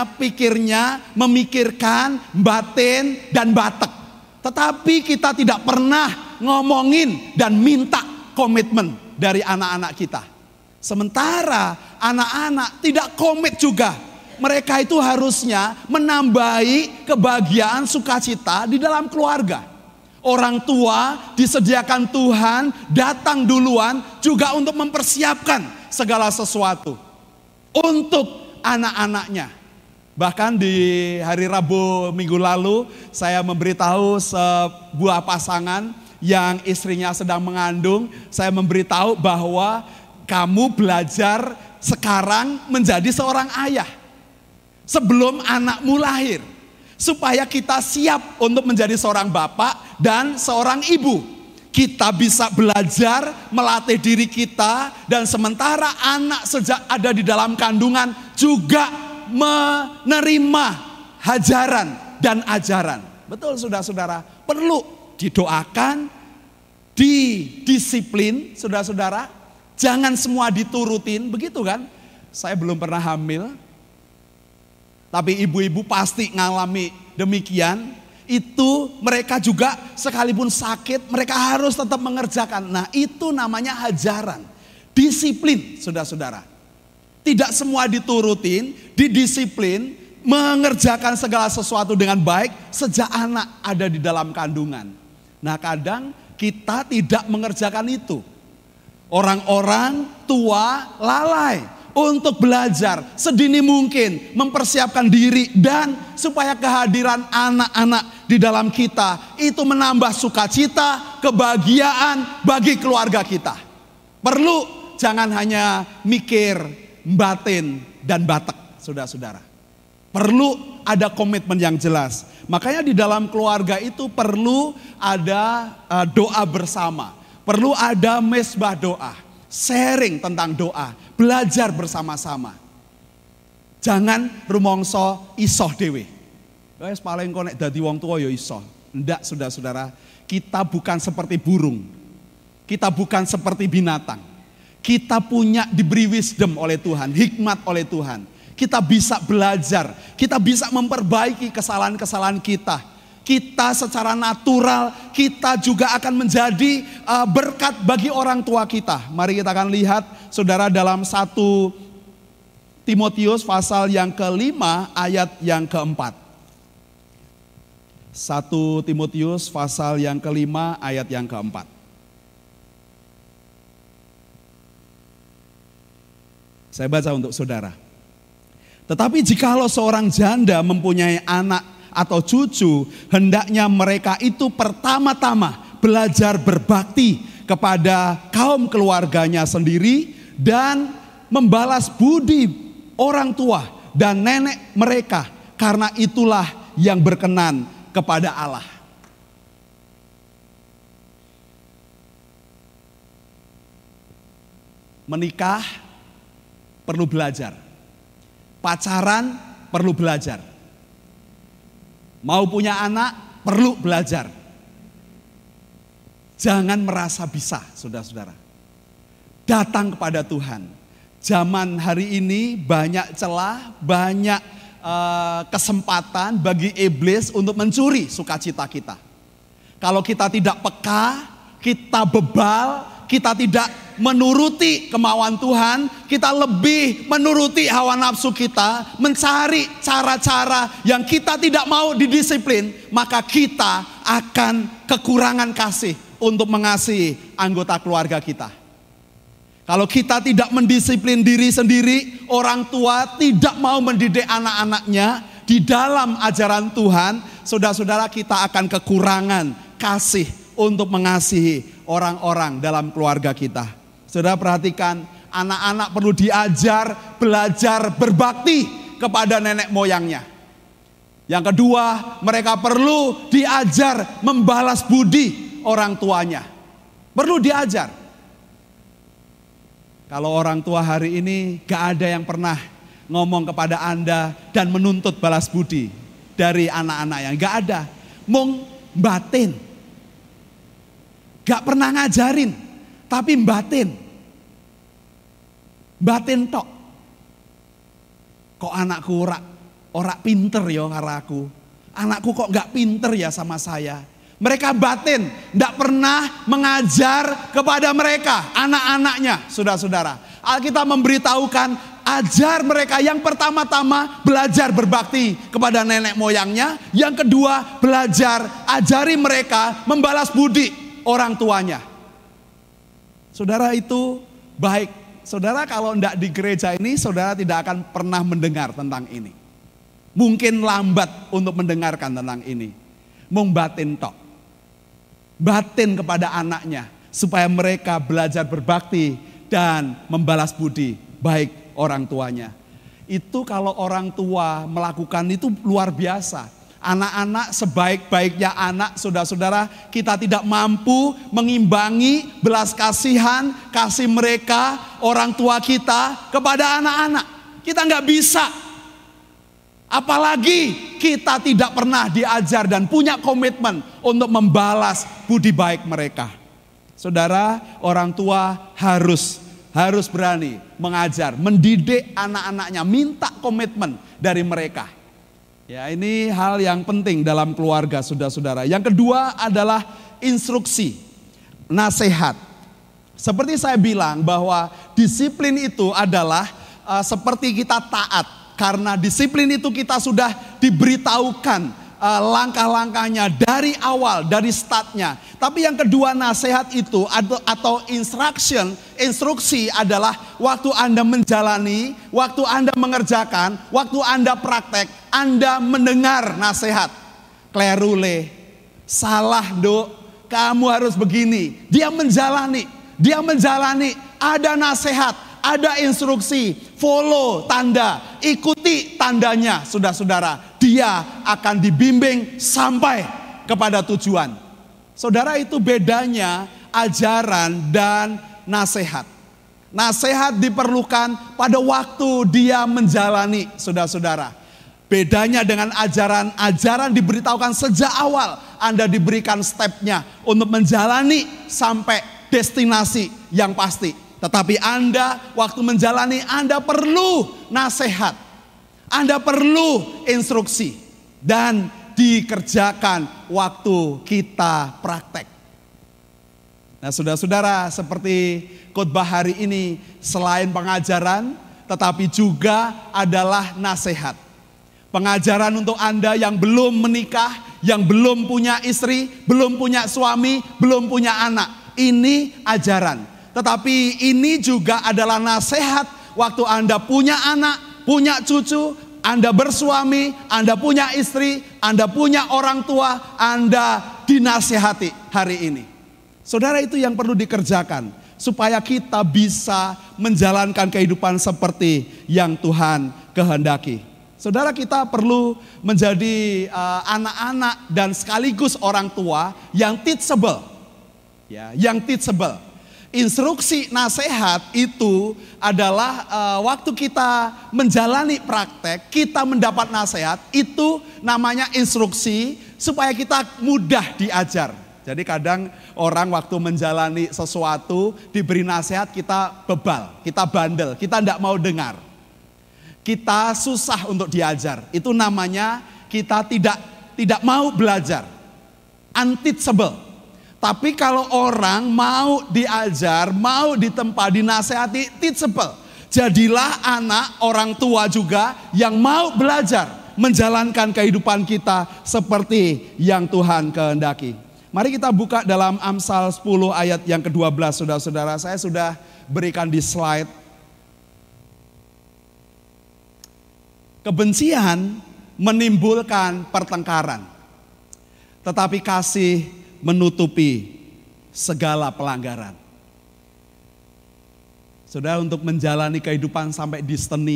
memikirkan batin dan batek. Tetapi kita tidak pernah ngomongin dan minta komitmen dari anak-anak kita. Sementara anak-anak tidak komit juga. Mereka itu harusnya menambahi kebahagiaan sukacita di dalam keluarga. Orang tua disediakan Tuhan datang duluan juga untuk mempersiapkan segala sesuatu untuk anak-anaknya. Bahkan di hari Rabu minggu lalu saya memberitahu sebuah pasangan yang istrinya sedang mengandung. Saya memberitahu bahwa kamu belajar sekarang menjadi seorang ayah sebelum anakmu lahir. Supaya kita siap untuk menjadi seorang bapak dan seorang ibu. Kita bisa belajar melatih diri kita. Dan sementara anak sejak ada di dalam kandungan juga menerima hajaran dan ajaran. Betul saudara-saudara, perlu didoakan, didisiplin saudara-saudara. Jangan semua diturutin, begitu kan? Saya belum pernah hamil. Tapi ibu-ibu pasti ngalami demikian. Itu mereka juga sekalipun sakit, mereka harus tetap mengerjakan. Nah, itu namanya hajaran. Disiplin, saudara-saudara. Tidak semua diturutin, didisiplin, mengerjakan segala sesuatu dengan baik sejak anak ada di dalam kandungan. Nah, kadang kita tidak mengerjakan itu. Orang-orang tua lalai untuk belajar sedini mungkin, mempersiapkan diri dan supaya kehadiran anak-anak di dalam kita itu menambah sukacita, kebahagiaan bagi keluarga kita. Perlu jangan hanya mikir batin dan batek, saudara-saudara. Perlu ada komitmen yang jelas. Makanya di dalam keluarga itu perlu ada doa bersama. Perlu ada mesbah doa. Sharing tentang doa, belajar bersama-sama. Jangan rumongso isoh dewe. Wes paling kok nek dadi wong tua ya isoh. Ndak, saudara-saudara, kita bukan seperti burung. Kita bukan seperti binatang. Kita punya diberi wisdom oleh Tuhan, hikmat oleh Tuhan. Kita bisa belajar, kita bisa memperbaiki kesalahan-kesalahan kita. Kita secara natural, kita juga akan menjadi berkat bagi orang tua kita. Mari kita akan lihat, saudara, dalam 1 Timotius pasal yang ke-5 ayat yang ke-4. 1 Timotius pasal yang ke-5 ayat yang ke-4. Saya baca untuk saudara. Tetapi jikalau seorang janda mempunyai anak atau cucu, hendaknya mereka itu pertama-tama belajar berbakti kepada kaum keluarganya sendiri dan membalas budi orang tua dan nenek mereka, karena itulah yang berkenan kepada Allah. Menikah perlu belajar. Pacaran perlu belajar. Mau punya anak perlu belajar. Jangan merasa bisa, saudara-saudara. Datang kepada Tuhan. Zaman hari ini banyak celah, banyak kesempatan bagi iblis untuk mencuri sukacita kita. Kalau kita tidak peka, kita bebal, kita tidak menuruti kemauan Tuhan, kita lebih menuruti hawa nafsu kita, mencari cara-cara yang kita tidak mau didisiplin, maka kita akan kekurangan kasih untuk mengasihi anggota keluarga kita. Kalau kita tidak mendisiplin diri sendiri, orang tua tidak mau mendidik anak-anaknya di dalam ajaran Tuhan, saudara-saudara, kita akan kekurangan kasih untuk mengasihi orang-orang dalam keluarga kita. Saudara perhatikan, anak-anak perlu diajar, belajar berbakti kepada nenek moyangnya. Yang kedua, mereka perlu diajar membalas budi orang tuanya. Perlu diajar. Kalau orang tua hari ini gak ada yang pernah ngomong kepada Anda dan menuntut balas budi dari anak-anaknya. Gak ada. Mung batin. Gak pernah ngajarin, tapi batin. Batin tok. Kok anakku ora pinter ya karo aku. Anakku kok gak pinter ya sama saya. Mereka batin, gak pernah mengajar kepada mereka, anak-anaknya, saudara-saudara. Alkitab memberitahukan, ajar mereka yang pertama-tama belajar berbakti kepada nenek moyangnya. Yang kedua, belajar, ajari mereka membalas budi orang tuanya. Saudara, itu baik. Saudara, kalau tidak di gereja ini, saudara tidak akan pernah mendengar tentang ini. Mungkin lambat untuk mendengarkan tentang ini. Mung batin tok. Batin kepada anaknya, supaya mereka belajar berbakti dan membalas budi baik orang tuanya. Itu kalau orang tua melakukan itu luar biasa. Anak-anak sebaik-baiknya anak, saudara-saudara, kita tidak mampu mengimbangi belas kasihan, kasih mereka, orang tua kita kepada anak-anak. Kita nggak bisa. Apalagi kita tidak pernah diajar dan punya komitmen untuk membalas budi baik mereka. Saudara, orang tua harus berani mengajar, mendidik anak-anaknya, minta komitmen dari mereka. Ya, ini hal yang penting dalam keluarga, saudara-saudara. Yang kedua adalah instruksi, nasihat. Seperti saya bilang bahwa disiplin itu adalah seperti kita taat. Karena disiplin itu kita sudah diberitahukan langkah-langkahnya dari awal, dari startnya. Tapi yang kedua, nasihat itu atau instruksi adalah waktu Anda menjalani, waktu Anda mengerjakan, waktu Anda praktek, Anda mendengar nasihat. Klerule, salah dok, kamu harus begini. Dia menjalani, ada nasihat, ada instruksi, follow tanda, ikuti tandanya, saudara-saudara. Dia akan dibimbing sampai kepada tujuan. Saudara, itu bedanya ajaran dan nasihat. Nasihat diperlukan pada waktu dia menjalani, saudara-saudara. Bedanya dengan ajaran diberitahukan sejak awal. Anda diberikan stepnya untuk menjalani sampai destinasi yang pasti. Tetapi Anda waktu menjalani, Anda perlu nasihat, Anda perlu instruksi, dan dikerjakan waktu kita praktek. Nah, saudara-saudara, seperti khotbah hari ini, selain pengajaran, tetapi juga adalah nasihat. Pengajaran untuk Anda yang belum menikah, yang belum punya istri, belum punya suami, belum punya anak. Ini ajaran. Tetapi ini juga adalah nasihat waktu Anda punya anak, punya cucu, Anda bersuami, Anda punya istri, Anda punya orang tua, Anda dinasihati hari ini. Saudara, itu yang perlu dikerjakan supaya kita bisa menjalankan kehidupan seperti yang Tuhan kehendaki. Saudara, kita perlu menjadi anak-anak dan sekaligus orang tua yang teachable. Ya, yang teachable. instruksi nasihat itu adalah waktu kita menjalani praktek, kita mendapat nasihat, itu namanya instruksi supaya kita mudah diajar. Jadi kadang orang waktu menjalani sesuatu, diberi nasihat kita bebal, kita bandel, kita tidak mau dengar. Kita susah untuk diajar, itu namanya kita tidak mau belajar, unteachable. Tapi kalau orang mau diajar, mau ditempa, dinasehati, teachable. Jadilah anak orang tua juga yang mau belajar, menjalankan kehidupan kita seperti yang Tuhan kehendaki. Mari kita buka dalam Amsal 10 ayat yang ke-12, saudara-saudara. Saya sudah berikan di slide. Kebencian menimbulkan pertengkaran, tetapi kasih menutupi segala pelanggaran. Saudara, untuk menjalani kehidupan sampai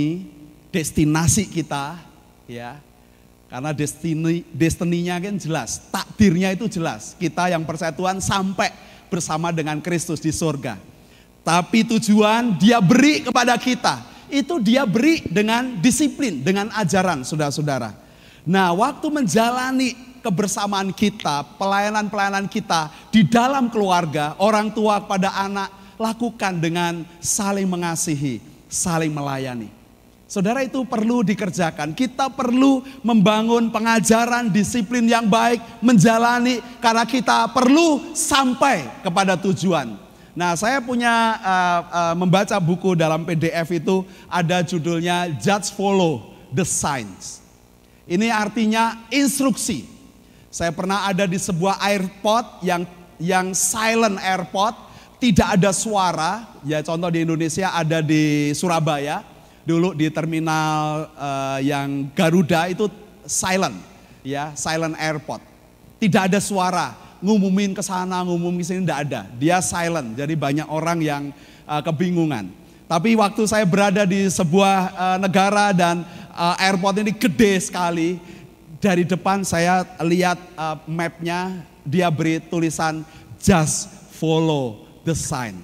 destinasi kita, ya, karena destininya kan jelas, takdirnya itu jelas. Kita yang percaya Tuhan sampai bersama dengan Kristus di surga. Tapi tujuan Dia beri kepada kita, itu Dia beri dengan disiplin, dengan ajaran, saudara-saudara. Nah, waktu menjalani kebersamaan kita, pelayanan-pelayanan kita di dalam keluarga, orang tua kepada anak, lakukan dengan saling mengasihi, saling melayani. Saudara, itu perlu dikerjakan. Kita perlu membangun pengajaran, disiplin yang baik, menjalani, karena kita perlu sampai kepada tujuan. Nah, saya punya membaca buku dalam PDF itu ada judulnya Just Follow the Signs. Ini artinya instruksi. Saya pernah ada di sebuah airport yang silent airport, tidak ada suara. Ya, contoh di Indonesia ada di Surabaya, dulu di terminal yang Garuda itu silent, ya, silent airport. Tidak ada suara. Ngumumin ke sana, ngumumin ke sini, tidak ada. Dia silent, jadi banyak orang yang kebingungan. Tapi waktu saya berada di sebuah negara dan airport ini gede sekali, dari depan saya lihat mapnya, dia beri tulisan just follow the sign.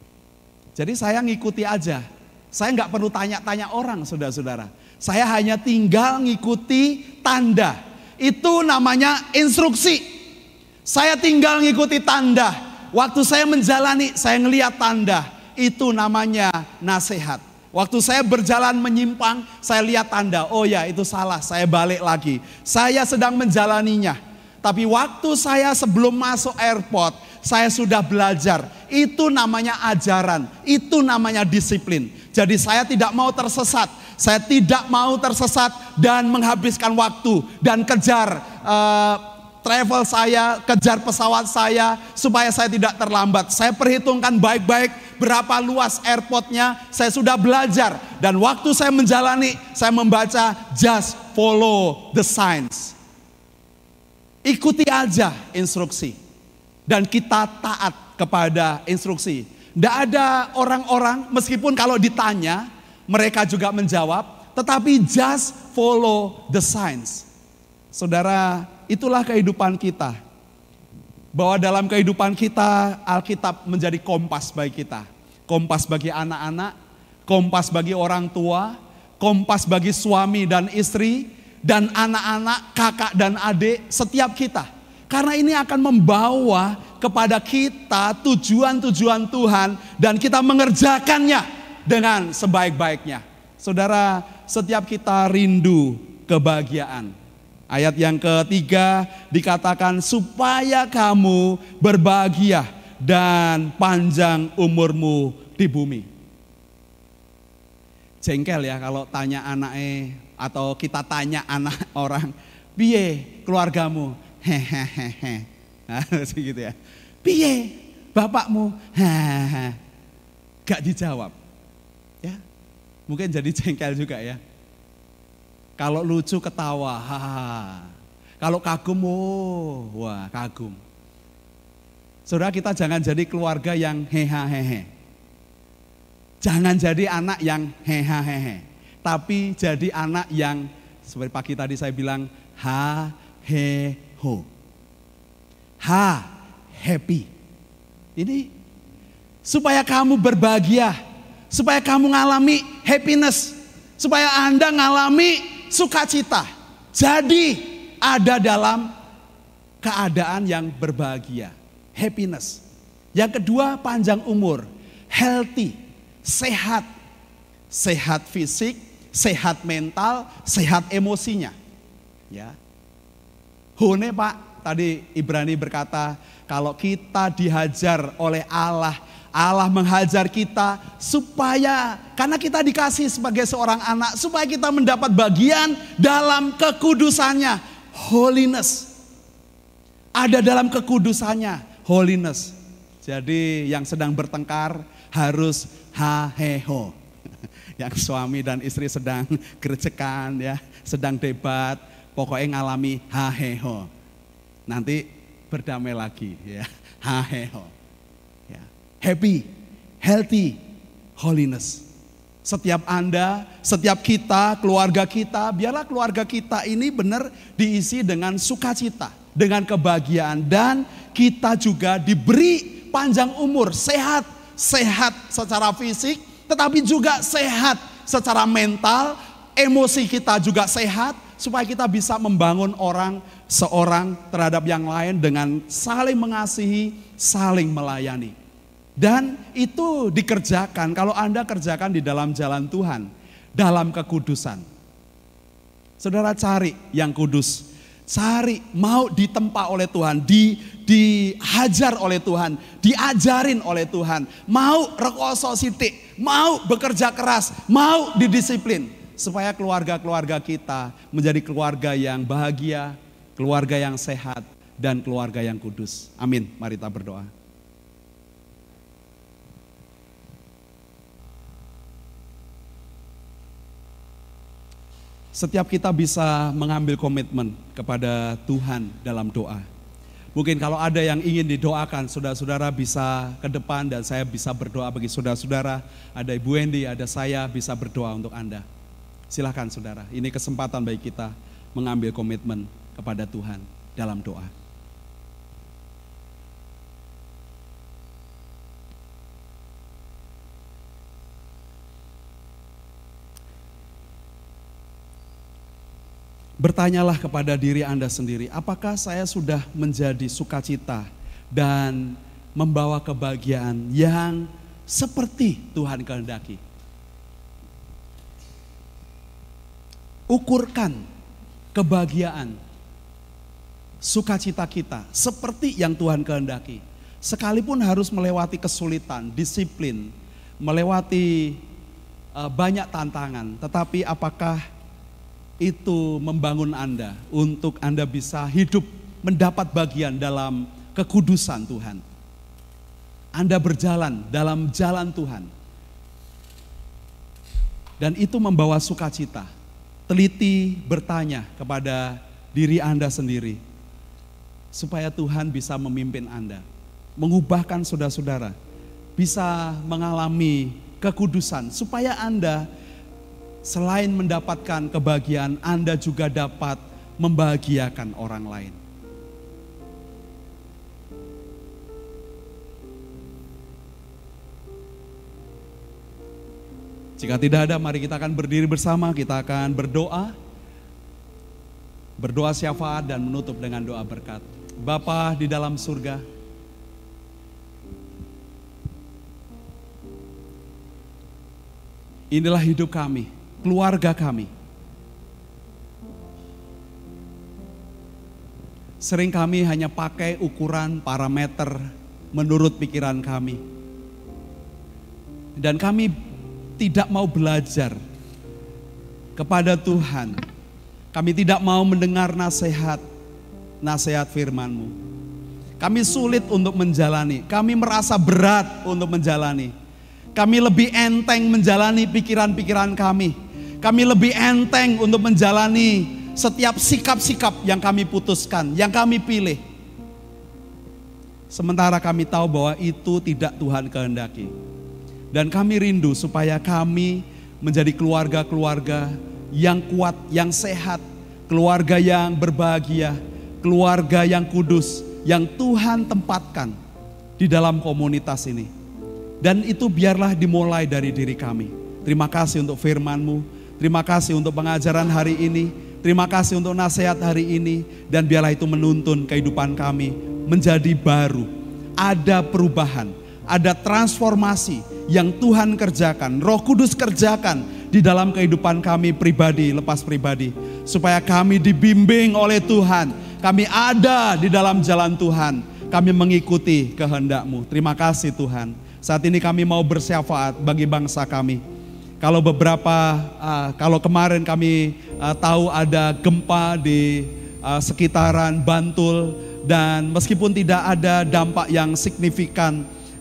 Jadi saya ngikuti aja, saya nggak perlu tanya-tanya orang, saudara-saudara. Saya hanya tinggal ngikuti tanda, itu namanya instruksi. Saya tinggal ngikuti tanda. Waktu saya menjalani, saya ngelihat tanda. Itu namanya nasihat. Waktu saya berjalan menyimpang, saya lihat tanda. Oh ya, itu salah, saya balik lagi. Saya sedang menjalaninya. Tapi waktu saya sebelum masuk airport, saya sudah belajar. Itu namanya ajaran. Itu namanya disiplin. Jadi saya tidak mau tersesat. Saya tidak mau tersesat dan menghabiskan waktu dan kejar travel saya, kejar pesawat saya supaya saya tidak terlambat. Saya perhitungkan baik-baik berapa luas airportnya, saya sudah belajar. Dan waktu saya menjalani, saya membaca just follow the signs. Ikuti aja instruksi. Dan kita taat kepada instruksi. Tidak ada orang-orang, meskipun kalau ditanya, mereka juga menjawab, tetapi just follow the signs. Saudara, itulah kehidupan kita. Bahwa dalam kehidupan kita, Alkitab menjadi kompas bagi kita. Kompas bagi anak-anak, kompas bagi orang tua, kompas bagi suami dan istri, dan anak-anak, kakak dan adik, setiap kita. Karena ini akan membawa kepada kita tujuan-tujuan Tuhan, dan kita mengerjakannya dengan sebaik-baiknya. Saudara, setiap kita rindu kebahagiaan. Ayat yang ketiga dikatakan supaya kamu berbahagia dan panjang umurmu di bumi. Jengkel ya kalau tanya anaknya atau kita tanya anak orang, piye keluargamu? Hehehe. Nah, gitu ya. Piye bapakmu? Hehehe. Gak dijawab. Ya. Mungkin jadi jengkel juga ya. Kalau lucu ketawa, haha. Kalau kagum, wah kagum. Saudara, kita jangan jadi keluarga yang hehehe. Jangan jadi anak yang hehehe. Tapi jadi anak yang seperti pagi tadi saya bilang ha he ho. Ha, happy. Ini supaya kamu berbahagia, supaya kamu ngalami happiness, supaya Anda ngalami sukacita. Jadi ada dalam keadaan yang berbahagia, happiness. Yang kedua, panjang umur, healthy, sehat. Sehat fisik, sehat mental, sehat emosinya. Ya. Hone Pak, tadi Ibrani berkata, kalau kita dihajar oleh Allah, Allah menghajar kita supaya, karena kita dikasih sebagai seorang anak, supaya kita mendapat bagian dalam kekudusannya, holiness. Ada dalam kekudusannya, holiness. Jadi yang sedang bertengkar harus haheho. Yang suami dan istri sedang gercekan ya, sedang debat, pokoknya ngalami haheho. Nanti berdamai lagi ya, haheho. Happy, healthy, holiness. Setiap Anda, setiap kita, keluarga kita, biarlah keluarga kita ini benar diisi dengan sukacita, dengan kebahagiaan. Dan kita juga diberi panjang umur, sehat. Sehat secara fisik, tetapi juga sehat secara mental, emosi kita juga sehat. Supaya kita bisa membangun orang, seorang terhadap yang lain dengan saling mengasihi, saling melayani. Dan itu dikerjakan, kalau Anda kerjakan di dalam jalan Tuhan, dalam kekudusan. Saudara cari yang kudus, cari mau ditempa oleh Tuhan, dihajar oleh Tuhan, diajarin oleh Tuhan, mau rekoso sitik, mau bekerja keras, mau didisiplin. Supaya keluarga-keluarga kita menjadi keluarga yang bahagia, keluarga yang sehat, dan keluarga yang kudus. Amin, mari kita berdoa. Setiap kita bisa mengambil komitmen kepada Tuhan dalam doa. Mungkin kalau ada yang ingin didoakan, saudara-saudara bisa ke depan dan saya bisa berdoa bagi saudara-saudara. Ada Ibu Wendy, ada saya bisa berdoa untuk Anda. Silakan saudara, ini kesempatan bagi kita mengambil komitmen kepada Tuhan dalam doa. Bertanyalah kepada diri Anda sendiri, apakah saya sudah menjadi sukacita dan membawa kebahagiaan yang seperti Tuhan kehendaki? Ukurkan kebahagiaan, sukacita kita seperti yang Tuhan kehendaki. Sekalipun harus melewati kesulitan, disiplin, melewati banyak tantangan, tetapi apakah itu membangun Anda untuk Anda bisa hidup mendapat bagian dalam kekudusan Tuhan. Anda berjalan dalam jalan Tuhan. Dan itu membawa sukacita. Teliti bertanya kepada diri Anda sendiri. Supaya Tuhan bisa memimpin Anda. Mengubahkan saudara-saudara. Bisa mengalami kekudusan. Supaya Anda selain mendapatkan kebahagiaan, Anda juga dapat membahagiakan orang lain. Jika tidak ada, mari kita akan berdiri bersama, kita akan berdoa. Berdoa syafaat dan menutup dengan doa berkat. Bapa di dalam surga, inilah hidup kami, keluarga kami. Sering kami hanya pakai ukuran parameter menurut pikiran kami. Dan kami tidak mau belajar kepada Tuhan. Kami tidak mau mendengar nasihat firman-Mu. Kami sulit untuk menjalani, kami merasa berat untuk menjalani. Kami lebih enteng menjalani pikiran-pikiran kami. Kami lebih enteng untuk menjalani setiap sikap-sikap yang kami putuskan, yang kami pilih. Sementara kami tahu bahwa itu tidak Tuhan kehendaki. Dan kami rindu supaya kami menjadi keluarga-keluarga yang kuat, yang sehat, keluarga yang berbahagia, keluarga yang kudus, yang Tuhan tempatkan di dalam komunitas ini. Dan itu biarlah dimulai dari diri kami. Terima kasih untuk firman-Mu, terima kasih untuk pengajaran hari ini, terima kasih untuk nasihat hari ini, dan biarlah itu menuntun kehidupan kami menjadi baru. Ada perubahan, ada transformasi yang Tuhan kerjakan, Roh Kudus kerjakan di dalam kehidupan kami pribadi, lepas pribadi. Supaya kami dibimbing oleh Tuhan, kami ada di dalam jalan Tuhan, kami mengikuti kehendak-Mu. Terima kasih Tuhan. Saat ini kami mau bersyafaat bagi bangsa kami. Kalau kalau kemarin kami tahu ada gempa di sekitaran Bantul, dan meskipun tidak ada dampak yang signifikan,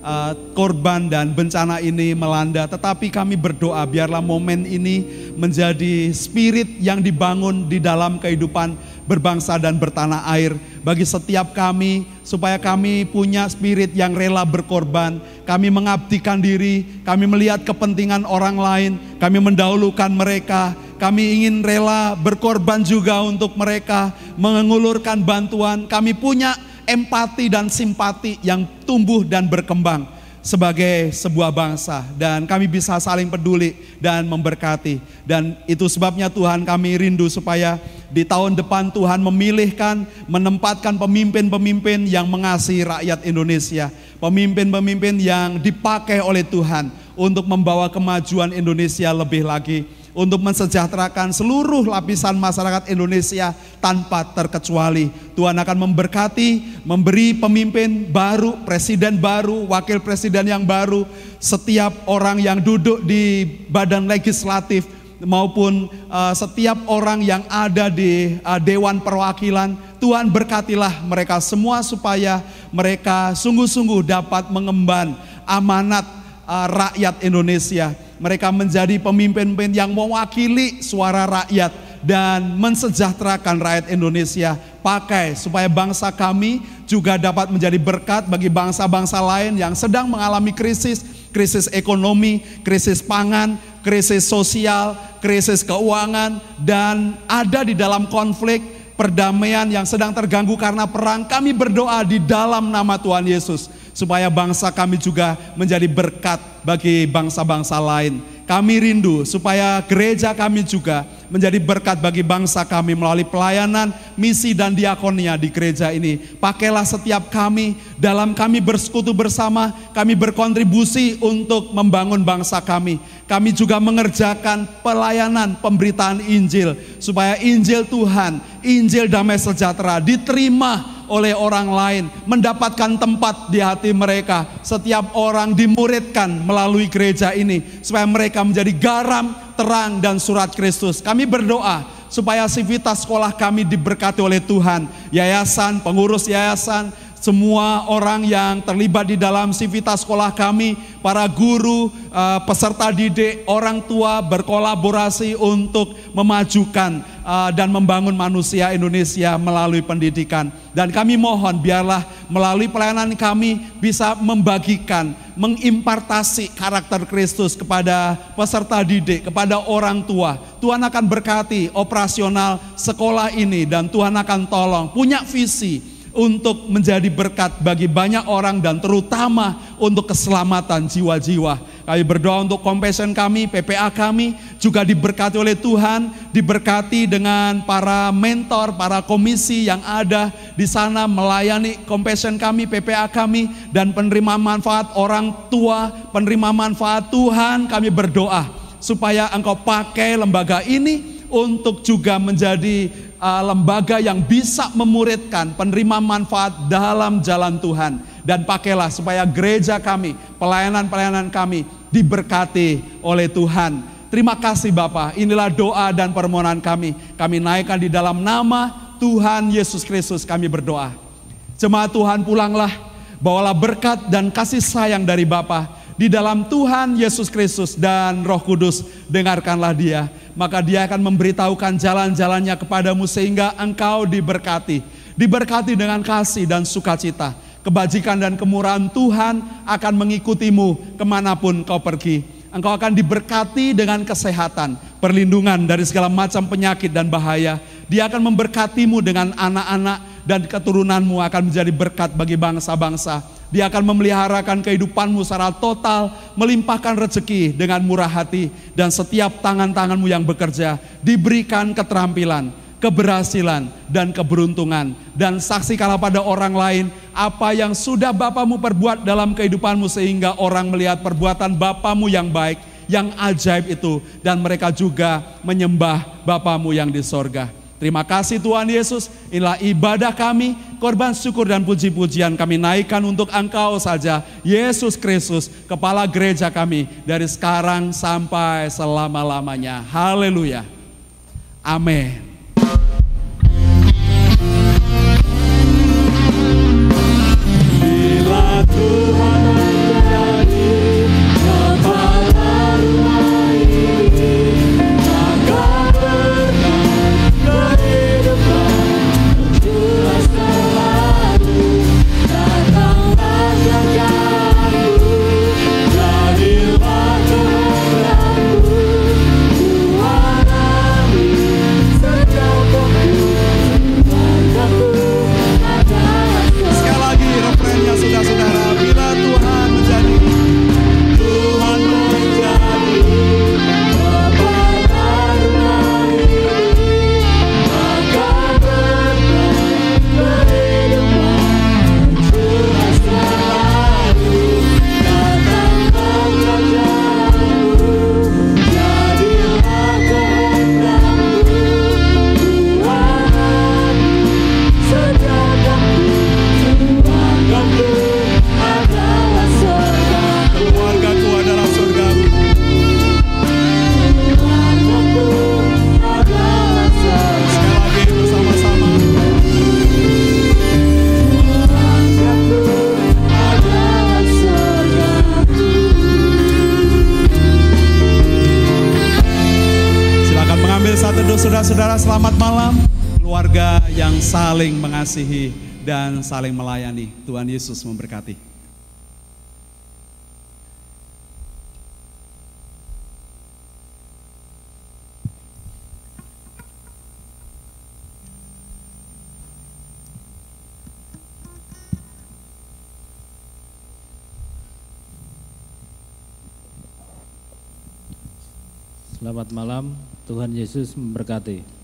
korban dan bencana ini melanda, tetapi kami berdoa biarlah momen ini menjadi spirit yang dibangun di dalam kehidupan berbangsa dan bertanah air bagi setiap kami, supaya kami punya spirit yang rela berkorban. Kami mengabdikan diri, kami melihat kepentingan orang lain, kami mendahulukan mereka. Kami ingin rela berkorban juga untuk mereka, mengulurkan bantuan. Kami punya empati dan simpati yang tumbuh dan berkembang sebagai sebuah bangsa, dan kami bisa saling peduli dan memberkati. Dan itu sebabnya Tuhan, kami rindu supaya di tahun depan Tuhan memilihkan, menempatkan pemimpin-pemimpin yang mengasihi rakyat Indonesia, pemimpin-pemimpin yang dipakai oleh Tuhan untuk membawa kemajuan Indonesia lebih lagi, untuk mensejahterakan seluruh lapisan masyarakat Indonesia tanpa terkecuali. Tuhan akan memberkati, memberi pemimpin baru, presiden baru, wakil presiden yang baru, setiap orang yang duduk di badan legislatif maupun setiap orang yang ada di Dewan Perwakilan. Tuhan berkatilah mereka semua supaya mereka sungguh-sungguh dapat mengemban amanat rakyat Indonesia. Mereka menjadi pemimpin-pemimpin yang mewakili suara rakyat dan mensejahterakan rakyat Indonesia. Pakai supaya bangsa kami juga dapat menjadi berkat bagi bangsa-bangsa lain yang sedang mengalami krisis ekonomi, krisis pangan, krisis sosial, krisis keuangan, dan ada di dalam konflik, perdamaian yang sedang terganggu karena perang. Kami berdoa di dalam nama Tuhan Yesus supaya bangsa kami juga menjadi berkat bagi bangsa-bangsa lain. Kami rindu supaya gereja kami juga menjadi berkat bagi bangsa kami melalui pelayanan, misi dan diakonia di gereja ini. Pakailah setiap kami, dalam kami bersekutu bersama, kami berkontribusi untuk membangun bangsa kami. Kami juga mengerjakan pelayanan pemberitaan Injil, supaya Injil Tuhan, Injil damai sejahtera diterima oleh orang lain, mendapatkan tempat di hati mereka. Setiap orang dimuridkan melalui gereja ini, supaya mereka menjadi garam, terang, dan surat Kristus. Kami berdoa supaya sivitas sekolah kami diberkati oleh Tuhan. Yayasan, pengurus yayasan, semua orang yang terlibat di dalam sivitas sekolah kami, para guru, peserta didik, orang tua berkolaborasi untuk memajukan dan membangun manusia Indonesia melalui pendidikan. Dan kami mohon biarlah melalui pelayanan kami bisa membagikan, mengimpartasi karakter Kristus kepada peserta didik, kepada orang tua. Tuhan akan berkati operasional sekolah ini, dan Tuhan akan tolong punya visi untuk menjadi berkat bagi banyak orang dan terutama untuk keselamatan jiwa-jiwa. Kami berdoa untuk Compassion kami, PPA kami juga diberkati oleh Tuhan, diberkati dengan para mentor, para komisi yang ada di sana melayani Compassion kami, PPA kami, dan penerima manfaat orang tua, penerima manfaat Tuhan. Kami berdoa supaya Engkau pakai lembaga ini untuk juga menjadi lembaga yang bisa memuridkan penerima manfaat dalam jalan Tuhan. Dan pakailah supaya gereja kami, pelayanan-pelayanan kami diberkati oleh Tuhan. Terima kasih Bapa, inilah doa dan permohonan kami. Kami naikkan di dalam nama Tuhan Yesus Kristus kami berdoa. Jemaat Tuhan pulanglah, bawalah berkat dan kasih sayang dari Bapa di dalam Tuhan Yesus Kristus dan Roh Kudus. Dengarkanlah dia, maka dia akan memberitahukan jalan-jalannya kepadamu sehingga engkau diberkati. Diberkati dengan kasih dan sukacita. Kebajikan dan kemurahan Tuhan akan mengikutimu kemanapun kau pergi. Engkau akan diberkati dengan kesehatan, perlindungan dari segala macam penyakit dan bahaya. Dia akan memberkatimu dengan anak-anak, dan keturunanmu akan menjadi berkat bagi bangsa-bangsa. Dia akan memeliharakan kehidupanmu secara total, melimpahkan rezeki dengan murah hati, dan setiap tangan-tanganmu yang bekerja diberikan keterampilan, keberhasilan, dan keberuntungan. Dan saksikanlah pada orang lain apa yang sudah Bapamu perbuat dalam kehidupanmu, sehingga orang melihat perbuatan Bapamu yang baik, yang ajaib itu, dan mereka juga menyembah Bapamu yang di sorga. Terima kasih Tuhan Yesus, inilah ibadah kami, korban syukur dan puji-pujian kami naikkan untuk Engkau saja, Yesus Kristus, Kepala gereja kami, dari sekarang sampai selama-lamanya. Haleluya. Amin. Bila Tuhan menjadi kepala rumah ini, maka berkat kehidupan jelas selalu. Datanglah kerjaanmu, jadilah kehendakmu, Tuhan amin. Sejak waktu keluargaku adalah. Sekali lagi refrennya saudara-saudara. Bila Tuhan menjadi kepala rumah ini, maka berkat kehidupan jelas selalu. Datanglah kerjaanmu, jadilah kehendakmu, Tuhan amin. Sejak waktu keluargaku adalah surga. Keluargaku adalah surgamu. Keluargaku adalah surga. Sekali lagi bersama-sama. Keluargaku adalah surgaku. Silakan mengambil satu teduh saudara-saudara. Selamat malam. Keluarga yang saling mengasihi dan saling melayani. Tuhan Yesus memberkati. Selamat malam, Tuhan Yesus memberkati.